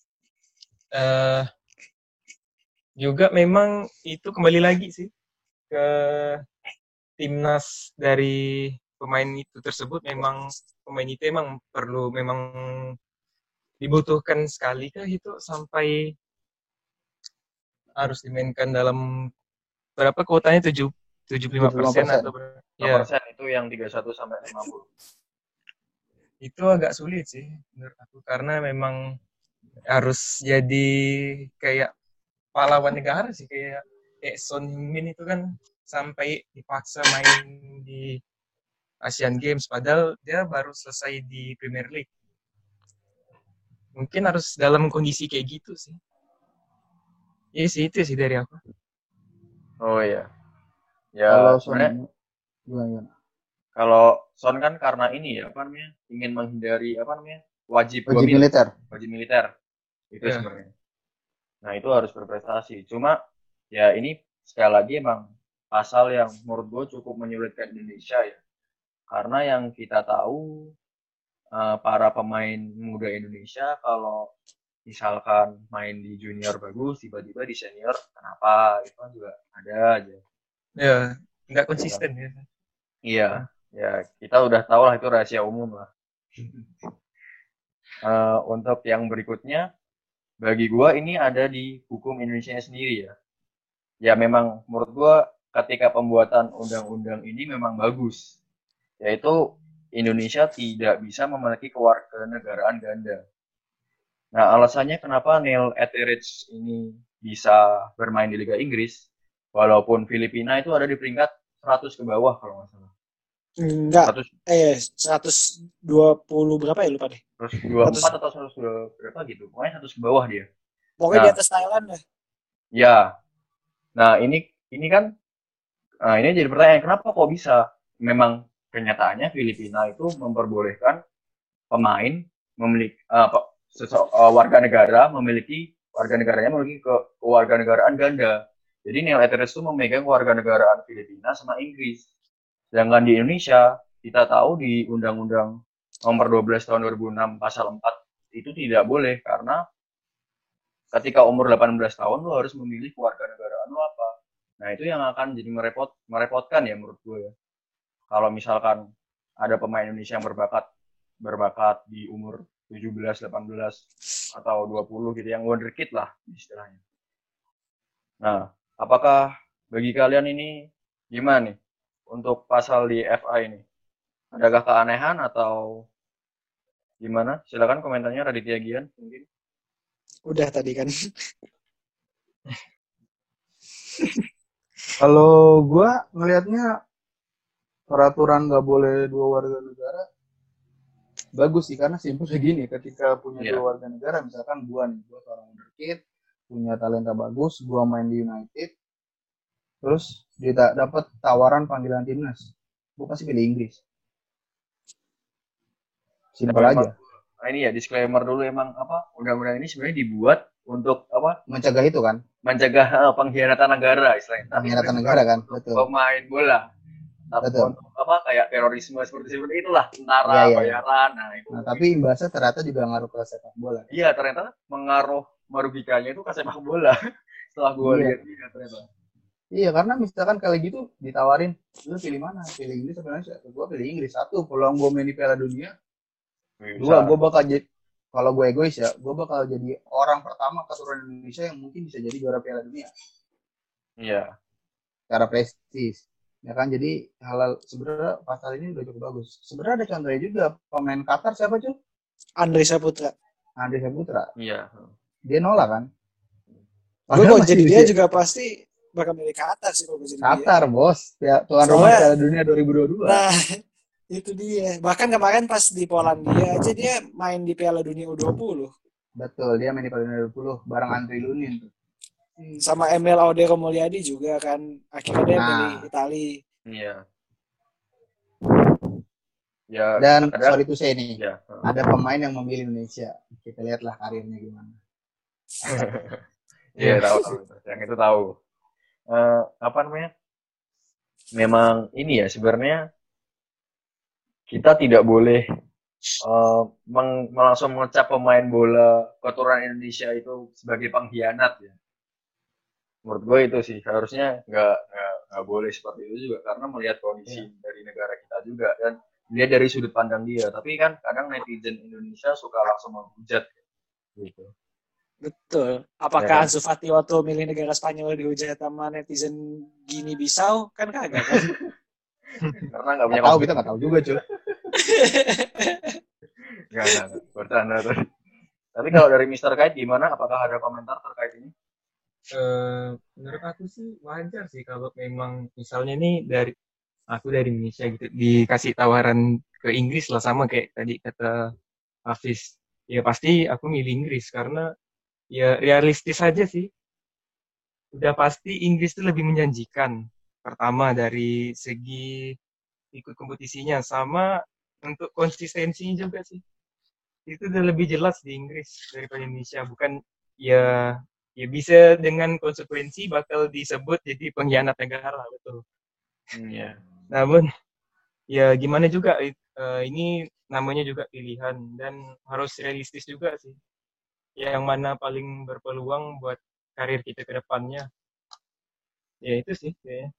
juga memang itu kembali lagi sih ke timnas dari pemain itu tersebut. Memang pemain itu memang dibutuhkan sekali kah itu sampai harus dimainkan dalam berapa kuotanya 75% atau berapa? Ya. Persen itu yang 31 sampai 50. Itu agak sulit sih menurut aku karena memang harus jadi kayak pahlawan negara sih, kayak Son Heung-min itu kan sampai dipaksa main di Asian Games padahal dia baru selesai di Premier League. Mungkin harus dalam kondisi kayak gitu sih. Iya sih, itu sih dari aku. Oh iya. Ya Kalau sebenarnya gimana? kalau Son kan karena ini ya apa namanya ingin menghindari apa namanya wajib Wajib militer. wajib militer itu Iya. sebenarnya. Nah itu harus berprestasi. Cuma ya ini sekali lagi emang pasal yang menurut gue cukup menyulitkan Indonesia ya. Karena yang kita tahu para pemain muda Indonesia kalau misalkan main di junior bagus tiba-tiba di senior kenapa itu kan juga ada aja. Ya, nggak konsisten ya. Iya, ya kita udah tahu lah itu rahasia umum lah. Untuk yang berikutnya, bagi gua ini ada di hukum Indonesia sendiri ya. Ya memang menurut gua ketika pembuatan undang-undang ini memang bagus. Yaitu Indonesia tidak bisa memiliki kewarganegaraan ganda. Nah, alasannya kenapa Neil Etheridge ini bisa bermain di Liga Inggris, walaupun Filipina itu ada di peringkat 100 ke bawah kalau nggak salah. Enggak. 120 berapa ya lupa deh. 124 atau 100 berapa gitu. Pokoknya 100 ke bawah dia. Pokoknya Nah. di atas Thailand dah. Ya. Nah, ini kan ini jadi pertanyaan kenapa kok bisa? Memang kenyataannya Filipina itu memperbolehkan pemain memiliki warga negara memiliki warga negaranya memiliki kewarganegaraan ganda. Jadi Neil Etheridge itu memegang kewarganegaraan Filipina sama Inggris. Sedangkan di Indonesia kita tahu di Undang-Undang Nomor 12 Tahun 2006 Pasal 4 itu tidak boleh karena ketika umur 18 tahun lo harus memilih kewarganegaraan lo apa. Nah itu yang akan jadi merepotkan ya menurut gue ya. Kalau misalkan ada pemain Indonesia yang berbakat di umur 17, 18 atau 20 gitu yang wonderkid lah istilahnya. Nah, apakah bagi kalian ini gimana nih untuk pasal di FA ini? Adakah keanehan atau gimana? Silakan komentarnya Raditya Gian mungkin. Udah tadi kan. Kalau gua ngelihatnya peraturan nggak boleh dua warga negara bagus sih karena simpel begini ketika punya dua warga negara misalkan gua seorang wonderkid punya talenta bagus gua main di United terus dia dapat tawaran panggilan timnas gua pasti pilih Inggris simpel aja. Nah ini ya disclaimer dulu emang apa undang-undang ini sebenarnya dibuat untuk apa mencegah itu kan mencegah pengkhianatan negara istilahnya pengkhianatan negara kan betul pemain bola betul. Untuk apa kayak terorisme seperti itulah tentara bayaran nah itu tapi imbasnya ternyata juga ngaruh ke sepak bola iya ternyata merugikannya itu ke sepak bola setelah gue lihat ternyata iya karena misalkan kali gitu ditawarin lu pilih mana pilih Inggris atau Indonesia gue pilih Inggris satu peluang gue main di Piala Dunia dua gue bakal jadi kalau gue egois ya gue bakal jadi orang pertama keturunan Indonesia yang mungkin bisa jadi juara Piala Dunia iya secara prestis ya kan jadi halal sebenarnya pasal ini udah cukup bagus sebenarnya ada contohnya juga pemain Qatar siapa cuy Andre Saputra iya dia nolak kan gue mau jadi dia juga pasti bakal milih Qatar sih kalau jadi Qatar dia. Bos ya tuan rumah Piala Dunia 2022 nah itu dia bahkan kemarin pas di Polandia aja dia main di Piala Dunia U20 betul dia main di Piala Dunia U20 bareng Andri Lunin tuh sama Emil Audero Mulyadi juga kan akhirnya dia pilih Itali. Iya. Ya. Dan sorry to say nih, ada pemain yang memilih Indonesia. Kita lihatlah karirnya gimana. Iya tahu. Yang itu tahu. Apa namanya? Memang ini ya sebenarnya kita tidak boleh langsung mengecap pemain bola keturunan Indonesia itu sebagai pengkhianat ya. Menurut gue itu sih harusnya nggak boleh seperti itu juga karena melihat kondisi dari negara kita juga dan lihat dari sudut pandang dia tapi kan kadang netizen Indonesia suka langsung menghujat gitu betul apakah Ansu Fati waktu milih negara Spanyol dihujat sama netizen Gini Bisau kan kagak kan karena nggak punya tahu kita nggak tahu juga cuy nggak bercanda tapi kalau dari Mr. Kait gimana apakah ada komentar terkait ini? menurut aku sih wajar sih kalau memang misalnya nih aku dari Indonesia gitu dikasih tawaran ke Inggris lah sama kayak tadi kata Hafiz. Ya pasti aku milih Inggris karena ya realistis aja sih. Udah pasti Inggris itu lebih menjanjikan. Pertama dari segi ikut kompetisinya sama untuk konsistensinya juga sih. Itu udah lebih jelas di Inggris daripada Indonesia. Bukan ya ya bisa dengan konsekuensi bakal disebut jadi pengkhianat negara, betul. Iya. Namun ya gimana juga ini namanya juga pilihan dan harus realistis juga sih. Yang mana paling berpeluang buat karir kita ke depannya. Ya itu sih kayaknya.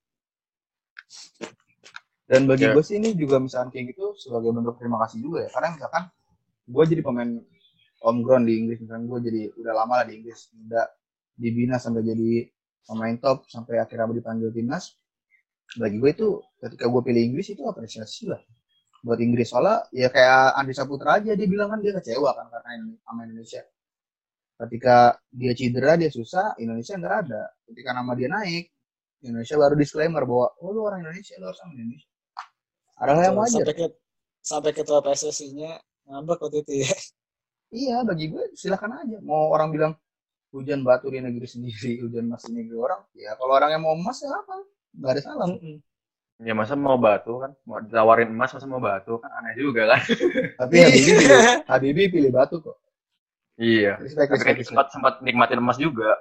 Dan bagi Ya. gue sih ini juga misalkan kayak gitu sebagai bentuk terima kasih juga ya. Karena misalkan gue jadi pemain homegrown di Inggris, misalkan gue jadi udah lama lah di Inggris, udah dibina sampai jadi pemain top sampai akhirnya dipanggil timnas. Bagi gue itu ketika gue pilih Inggris itu apresiasi lah buat Inggris. Soalnya ya kayak Andri Saputra aja, dia bilang kan dia kecewa kan karena sama Indonesia. Ketika dia cedera, dia susah, Indonesia nggak ada. Ketika nama dia naik, Indonesia baru disclaimer bahwa oh lu orang Indonesia, lu harus sama Indonesia. Ada hal yang wajar. Sampai ketua PSSI-nya ngambek waktu itu ya. Iya, bagi gue silakan aja. Mau orang bilang hujan batu di negeri sendiri, hujan emas di negeri orang. Ya kalau orang yang mau emas ya apa? Nggak ada salah. Ya masa mau batu kan, mau ditawarin emas masa mau batu kan aneh juga kan. Tapi Habibie pilih batu kok. Iya. Tapi kan sempat nikmatin emas juga.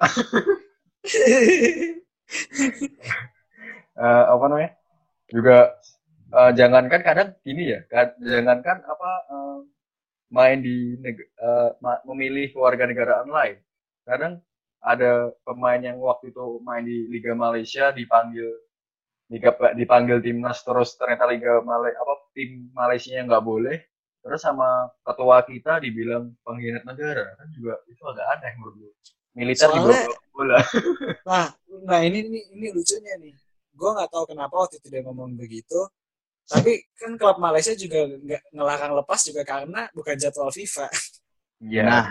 Apa namanya? Juga jangankan kadang gini ya, jangankan main di memilih warga negaraan lain. Kadang ada pemain yang waktu itu main di Liga Malaysia dipanggil timnas, terus ternyata tim Malaysia nggak boleh, terus sama ketua kita dibilang pengkhianat negara, kan juga itu agak aneh menurut gue. Militer Soalnya, dibawa bola. Nah ini lucunya nih. Gue nggak tahu kenapa waktu itu dia ngomong begitu. Tapi kan klub Malaysia juga nggak ngelarang lepas juga karena bukan jadwal FIFA. Iya. Nah.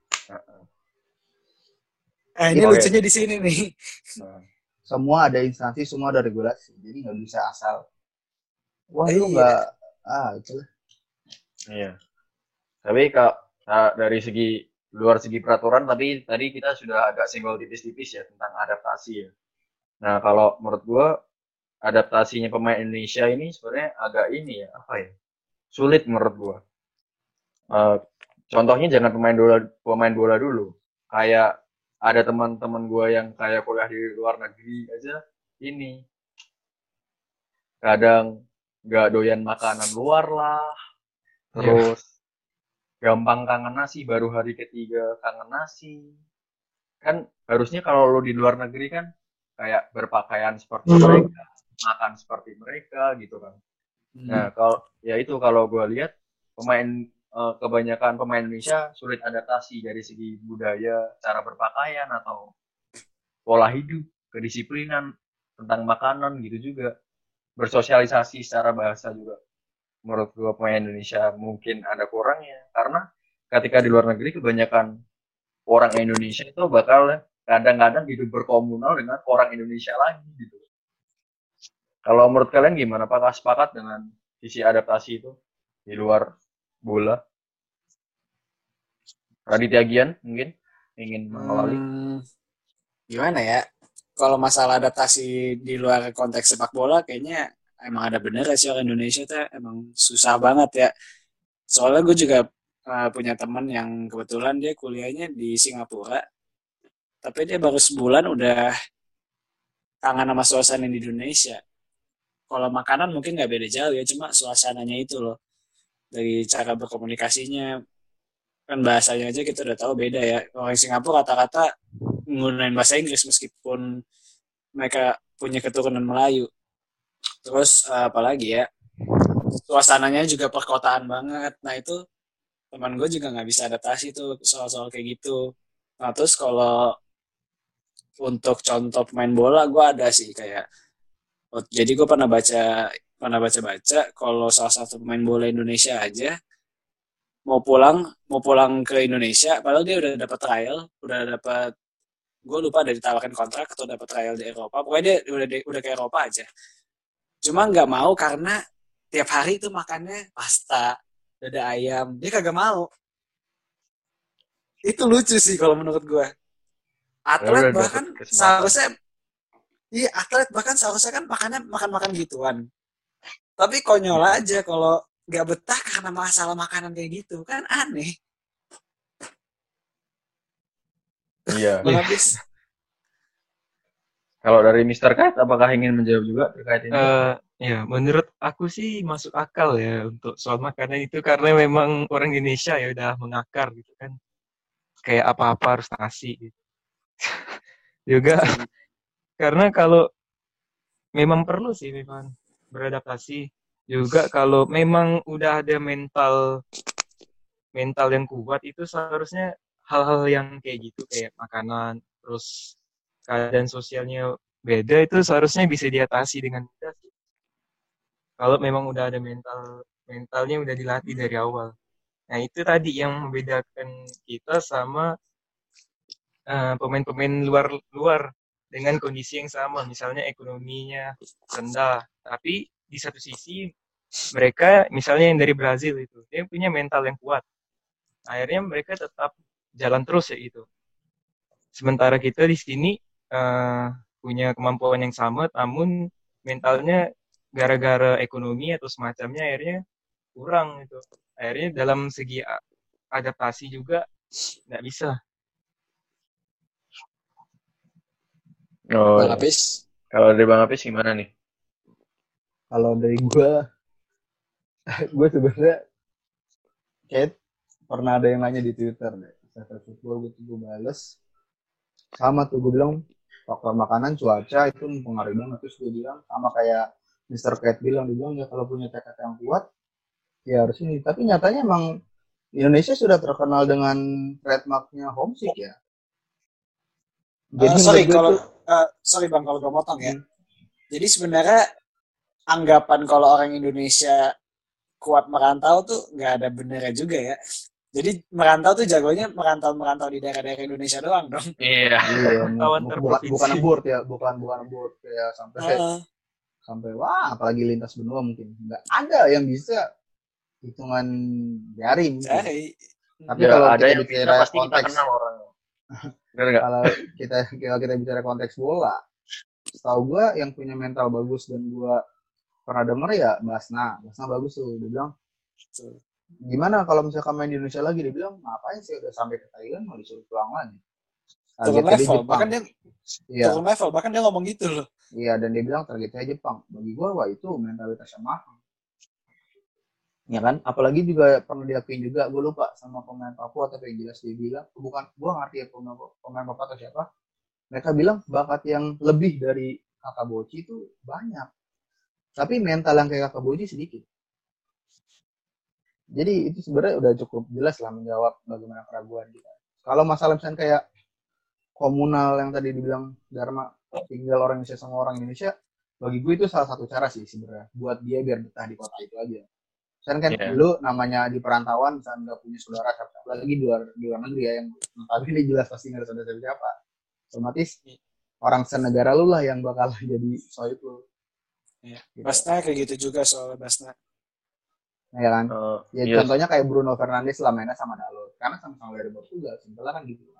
Ini lucunya di sini nih. Semua ada instansi, semua ada regulasi. Jadi nggak bisa asal. Wah lu nggak, itulah. Iya. Tapi dari luar segi peraturan, tapi tadi kita sudah agak singgul tipis-tipis ya tentang adaptasi ya. Nah kalau menurut gua adaptasinya pemain Indonesia ini sebenarnya agak ini ya, sulit menurut gua. Contohnya jangan pemain bola dulu. Kayak ada teman-teman gua yang kayak kuliah di luar negeri aja, ini kadang nggak doyan makanan luar lah, terus gampang kangen nasi, baru hari ketiga kangen nasi. Kan harusnya kalau lo di luar negeri kan kayak berpakaian seperti mereka, makan seperti mereka gitu kan. Nah kalau gue lihat kebanyakan pemain Indonesia sulit adaptasi dari segi budaya, cara berpakaian atau pola hidup, kedisiplinan tentang makanan gitu juga, bersosialisasi secara bahasa juga. Menurut gue pemain Indonesia mungkin ada kurangnya karena ketika di luar negeri kebanyakan orang Indonesia itu bakal kadang-kadang hidup berkomunal dengan orang Indonesia lagi gitu. Kalau menurut kalian gimana? Apakah sepakat dengan sisi adaptasi itu di luar bola? Raditya Gian mungkin ingin mengawali. Gimana ya? Kalau masalah adaptasi di luar konteks sepak bola kayaknya emang ada bener sih orang Indonesia tuh emang susah banget ya. Soalnya gue juga punya teman yang kebetulan dia kuliahnya di Singapura. Tapi dia baru sebulan udah kangen sama suasana di Indonesia. Kalau makanan mungkin nggak beda jauh ya, cuma suasananya itu loh. Dari cara berkomunikasinya, kan bahasanya aja kita udah tahu beda ya. Orang Singapura rata-rata menggunakan bahasa Inggris meskipun mereka punya keturunan Melayu. Terus apalagi ya, suasananya juga perkotaan banget. Nah itu teman gue juga nggak bisa adaptasi tuh soal-soal kayak gitu. Nah terus kalau untuk contoh pemain bola gue ada sih kayak, jadi gue pernah baca kalau salah satu pemain bola Indonesia aja mau pulang ke Indonesia, padahal dia udah dapat trial, udah dapat gue lupa ada ditawarkan kontrak atau dapat trial di Eropa, pokoknya dia udah ke Eropa aja. Cuma nggak mau karena tiap hari itu makannya pasta, dada ayam, dia kagak mau. Itu lucu sih kalau menurut gue. Atlet Udah bahkan dapet kesempatan. seharusnya, iya atlet bahkan seharusnya kan makannya makan gituan. Tapi konyol aja kalau nggak betah karena masalah makanan kayak gitu, kan aneh. Iya. Bang Abis, Kalau dari Mr. Kite, apakah ingin menjawab juga terkait ini? Ya, menurut aku sih masuk akal ya untuk soal makanan itu karena memang orang Indonesia ya udah mengakar gitu kan. Kayak apa-apa harus nasi gitu. Juga karena kalau memang perlu sih memang beradaptasi. Juga kalau memang udah ada mental yang kuat itu seharusnya hal-hal yang kayak gitu kayak makanan terus keadaan sosialnya beda itu seharusnya bisa diatasi dengan mudah. Kalau memang udah ada mentalnya udah dilatih dari awal. Nah itu tadi yang membedakan kita sama pemain-pemain luar dengan kondisi yang sama, misalnya ekonominya rendah, tapi di satu sisi mereka misalnya yang dari Brazil itu dia punya mental yang kuat, akhirnya mereka tetap jalan terus ya itu. Sementara kita di sini punya kemampuan yang sama, namun mentalnya gara-gara ekonomi atau semacamnya akhirnya kurang gitu. Akhirnya dalam segi adaptasi juga nggak bisa. Oh, Bang iya. Abis, Kalau dari Bang Apis gimana nih? Kalau dari gue sebenarnya kayak pernah ada yang nanya di Twitter deh, Sefer Football gue bales sama tuh, gue bilang faktor makanan, cuaca itu mempengaruhi banget. Terus gue bilang sama kayak Mr. Cat bilang, dia bilang ya kalau punya tekad yang kuat ya harus ini. Tapi nyatanya emang Indonesia sudah terkenal dengan trademarknya homesick ya. Jadi sorry menurut gue kalau tuh, sorry bang kalau gue potong ya. Jadi sebenarnya anggapan kalau orang Indonesia kuat merantau tuh nggak ada benernya juga ya. Jadi merantau tuh jagonya merantau di daerah-daerah Indonesia doang dong. Iya. iya, Antar provinsi. bukan abort ya, bukan abort kayak sampai wah apalagi lintas benua mungkin nggak ada yang bisa hitungan jari mungkin. Jari. Tapi Ya, kalau ada kita yang bicara bisa pasti kita konteks, kenal orangnya. Bener nggak? kalau kita bicara konteks bola, setahu gue yang punya mental bagus dan gue pernah denger ya Basna bagus tuh. Dia bilang gimana kalau misalkan main di Indonesia lagi, dia bilang ngapain sih udah sampai ke Thailand mau disuruh pulang lagi. Turun Targetnya di level, Jepang. Turun level, bahkan dia ngomong gitu loh. Iya, dan dia bilang targetnya Jepang. Bagi gue, wah itu mentalitas yang mahal. Ya kan? Apalagi juga pernah diakuin juga, gue lupa sama pemain Papua, tapi yang jelas dia bilang, bukan, gue ngerti ya pemain Papua atau siapa, mereka bilang bakat yang lebih dari Kakak Boci itu banyak. Tapi mental yang kayak Kakak Boci sedikit. Jadi itu sebenarnya udah cukup jelas lah menjawab bagaimana keraguan kita. Kalau masalah misalnya kayak komunal yang tadi dibilang Dharma, tinggal orang Indonesia sama orang Indonesia, bagi gue itu salah satu cara sih sebenarnya buat dia biar betah di kota itu aja. Misalnya kan lu namanya di perantauan, misalnya nggak punya saudara siapa lagi di luar negeri ya, yang tapi ini jelas pasti nggak ada saudara siapa. Otomatis orang senegara lu lah yang bakal jadi soal itu. Ya. Gitu. Basna kayak gitu juga soal Basna. Ya kan? Contohnya kayak Bruno Fernandes lah mainnya sama Dalot, karena sama-sama dari Portugal, simpelnya kan gitu.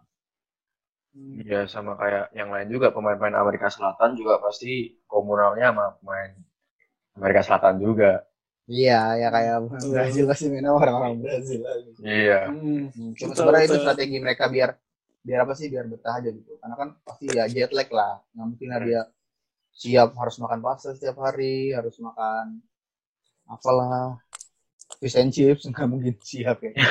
Iya, sama kayak yang lain juga, pemain-pemain Amerika Selatan juga pasti komunalnya sama pemain Amerika Selatan juga. Iya, ya kayak Brazil pasti mainnya orang-orang Brazil. Iya. Cuma sebenarnya itu strategi mereka biar apa sih, biar betah aja gitu. Karena kan pasti ya jet lag lah. Nggak mungkin lah dia siap harus makan pasta setiap hari, harus makan apalah fish and chips, nggak mungkin siap ya.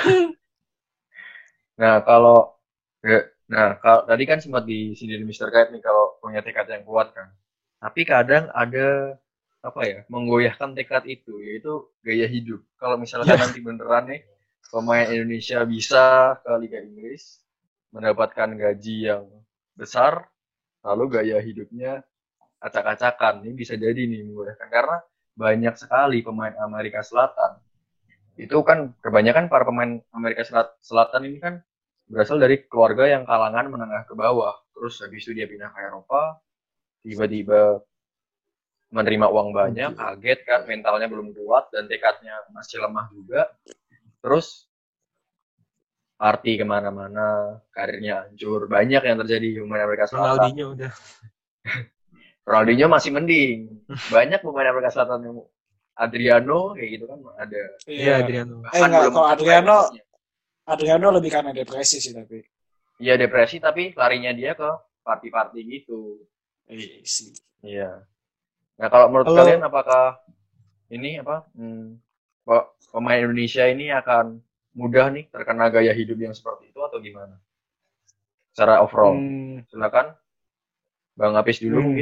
Nah kalau tadi kan sempat disindir Mr. Kite nih kalau punya tekad yang kuat kan. Tapi kadang ada menggoyahkan tekad itu, yaitu gaya hidup. Kalau misalkan nanti beneran nih pemain Indonesia bisa ke Liga Inggris, mendapatkan gaji yang besar, lalu gaya hidupnya acak-acakan, ini bisa jadi nih menggoyahkan. Karena banyak sekali pemain Amerika Selatan. Itu kan kebanyakan para pemain Amerika Selatan ini kan berasal dari keluarga yang kalangan menengah ke bawah, terus habis itu dia pindah ke Eropa, tiba-tiba menerima uang banyak, kaget kan, mentalnya belum kuat dan tekadnya masih lemah juga. Terus party kemana-mana, karirnya hancur, banyak yang terjadi di pemain Amerika Selatan. Ronaldinho udah. Ronaldinho masih mending, banyak pemain Amerika Selatan yang Adriano kayak gitu kan ada. Iya, Adriano. Bahkan enggak, belum kalau mencapai hidupnya. Adriano lebih karena depresi sih tapi. Iya depresi tapi larinya dia ke party-party gitu. Iya sih. Iya. Nah kalau menurut Kalau- kalian apakah ini pemain Indonesia ini akan mudah nih terkena gaya hidup yang seperti itu atau gimana? Secara overall, silakan Bang Apis dulu mungkin.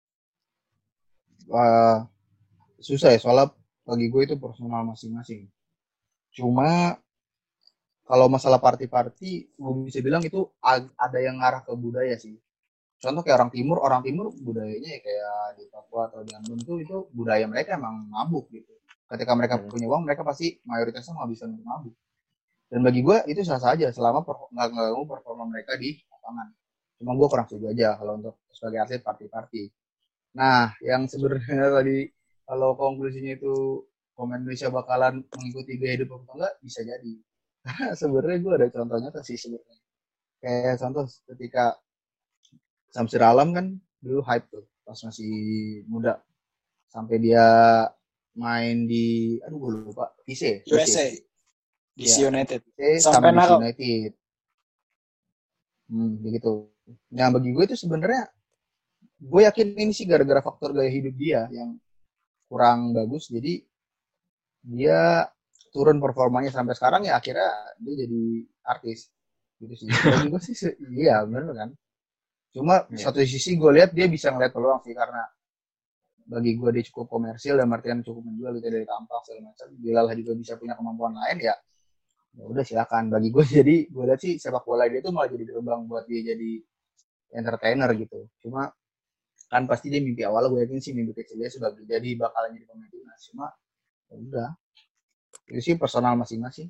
Wah, susah ya soalnya bagi gue itu personal masing-masing. Cuma kalau masalah party-party, gue bisa bilang itu ada yang ngarah ke budaya sih. Contoh kayak orang timur budayanya ya kayak di Papua atau di Ambon tuh itu budaya mereka emang mabuk gitu. Ketika mereka punya uang, mereka pasti mayoritasnya menghabiskan untuk mabuk. Dan bagi gue itu sah saja selama nggak ngeganggu performa mereka di lapangan. Cuma gue kurang setuju aja kalau untuk sebagai atlet party-party. Nah, yang sebenarnya tadi kalau konklusinya itu pemain Indonesia bakalan mengikuti gaya hidup atau enggak bisa jadi. Karena sebenarnya gue ada contohnya tuh sih sebenarnya. Kayak contoh ketika Samsir Alam kan dulu hype tuh pas masih muda sampai dia main di gue lupa DC USA. DC Ya. United. DC Sampai sama DC naruh. United. Begitu. Nah bagi gue itu sebenarnya gue yakin ini sih gara-gara faktor gaya hidup dia yang kurang bagus jadi dia turun performanya sampai sekarang ya akhirnya dia jadi artis gitu sih. Bagi gue sih iya bener kan. Cuma satu sisi gue lihat dia bisa ngeliat peluang sih karena bagi gue dia cukup komersil dan artian cukup menjual gitu dari tampang segala macam. Bilal juga bisa punya kemampuan lain ya udah silakan. Bagi gue jadi gue lihat sih sepak bola dia tuh malah jadi gerbang buat dia jadi entertainer gitu. Cuma kan pasti dia mimpi awal gue yakin sih mimpi kecil dia sebagai jadi bakalan jadi pemain timnas. Cuma ya udah itu sih personal masing-masing.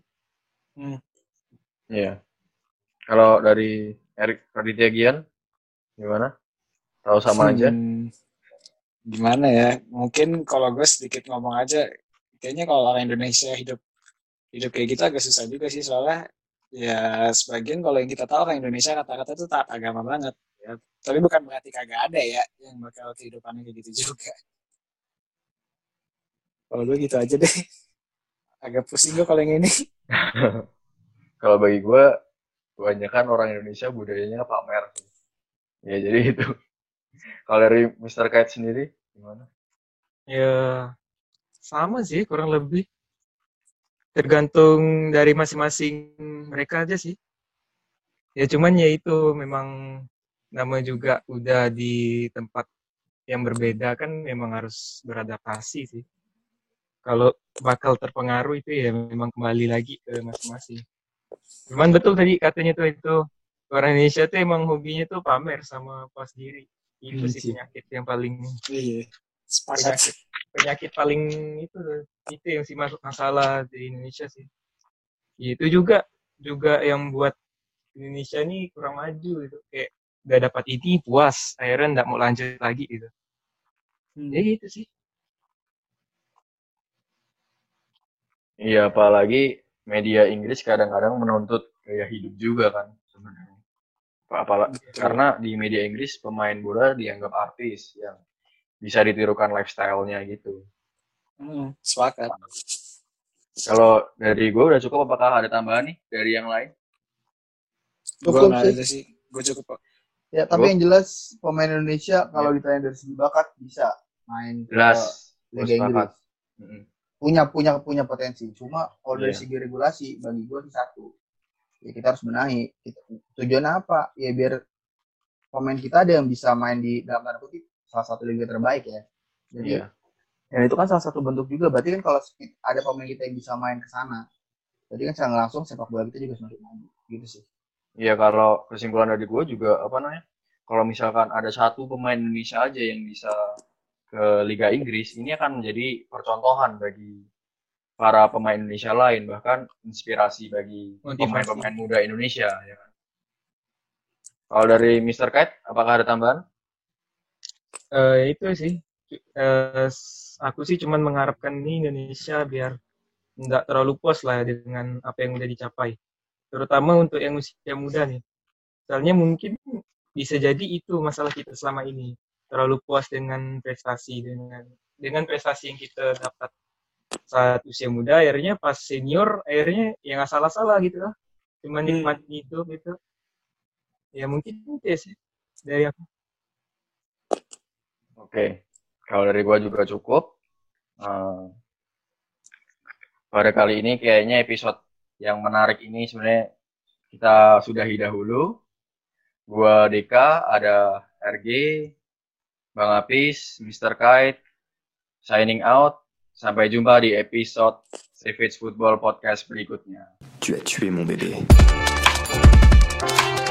Iya. Kalau dari Erik Raditya Gian gimana? Tahu sama aja? Gimana ya? Mungkin kalau gue sedikit ngomong aja, kayaknya kalau orang Indonesia hidup kayak gitu agak susah juga sih soalnya ya sebagian kalau yang kita tahu orang Indonesia rata-rata tuh taat agama banget. Ya. Tapi bukan berarti kagak ada ya yang bakal kehidupannya kayak gitu juga. Kalau gue gitu aja deh. Agak pusing gue kalau yang ini. Kalau bagi gue kebanyakan orang Indonesia budayanya pamer. Ya jadi itu. Kalau dari Mr. Kite sendiri gimana? Ya sama sih kurang lebih. Tergantung dari masing-masing mereka aja sih. Ya cuman ya itu memang nama juga udah di tempat yang berbeda kan memang harus beradaptasi sih. Kalau bakal terpengaruh itu ya memang kembali lagi ke masing-masing. Cuman betul tadi katanya tuh itu orang Indonesia tuh emang hobinya tuh pamer sama puas diri. Itu sih penyakit yang paling penyakit paling itu yang sih masalah di Indonesia sih. Itu juga yang buat Indonesia ini kurang maju gitu. Kayak udah dapat ini puas, akhirnya nggak mau lanjut lagi gitu. Ya gitu sih. Iya, apalagi media Inggris kadang-kadang menuntut gaya hidup juga kan sebenarnya. Karena di media Inggris pemain bola dianggap artis yang bisa ditirukan lifestyle-nya gitu. Sepakat. Kalau dari gue udah cukup, apakah ada tambahan nih dari yang lain? Gue nggak ada sih. Gue cukup kok. Ya tapi yang jelas pemain Indonesia kalau ditanya dari segi bakat bisa main Jelas. Liga Inggris. Punya potensi. Cuma kalau dari segi regulasi bagi gue sih satu. Ya kita harus benahi. Tujuannya apa? Ya biar pemain kita ada yang bisa main di dalam tanda kutip salah satu liga terbaik ya. Jadi dan itu kan salah satu bentuk juga. Berarti kan kalau ada pemain kita yang bisa main ke sana, jadi kan secara langsung sepak bola kita juga semakin maju. Gitu sih. Iya, kalau kesimpulan dari gue juga kalau misalkan ada satu pemain Indonesia aja yang bisa ke Liga Inggris, ini akan menjadi percontohan bagi para pemain Indonesia lain, bahkan inspirasi bagi pemain-pemain muda Indonesia ya kan. Kalau dari Mr. Kite, apakah ada tambahan? Itu sih. Aku sih cuman mengharapkan ini Indonesia biar nggak terlalu puas lah dengan apa yang udah dicapai. Terutama untuk yang usia muda nih. Soalnya mungkin bisa jadi itu masalah kita selama ini. Terlalu puas dengan prestasi, dengan prestasi yang kita dapat saat usia muda, akhirnya pas senior, akhirnya ya nggak salah-salah gitu lah. Cuma nikmati itu gitu. Ya mungkin itu ya sih dari aku. Oke, kalau dari gua juga cukup. Pada kali ini kayaknya episode yang menarik ini sebenarnya kita sudahi dahulu. Gua Deka, ada RG, Bang Apis, Mr. Kite, signing out. Sampai jumpa di episode Savage Football Podcast berikutnya. Tu as tué mon bébé.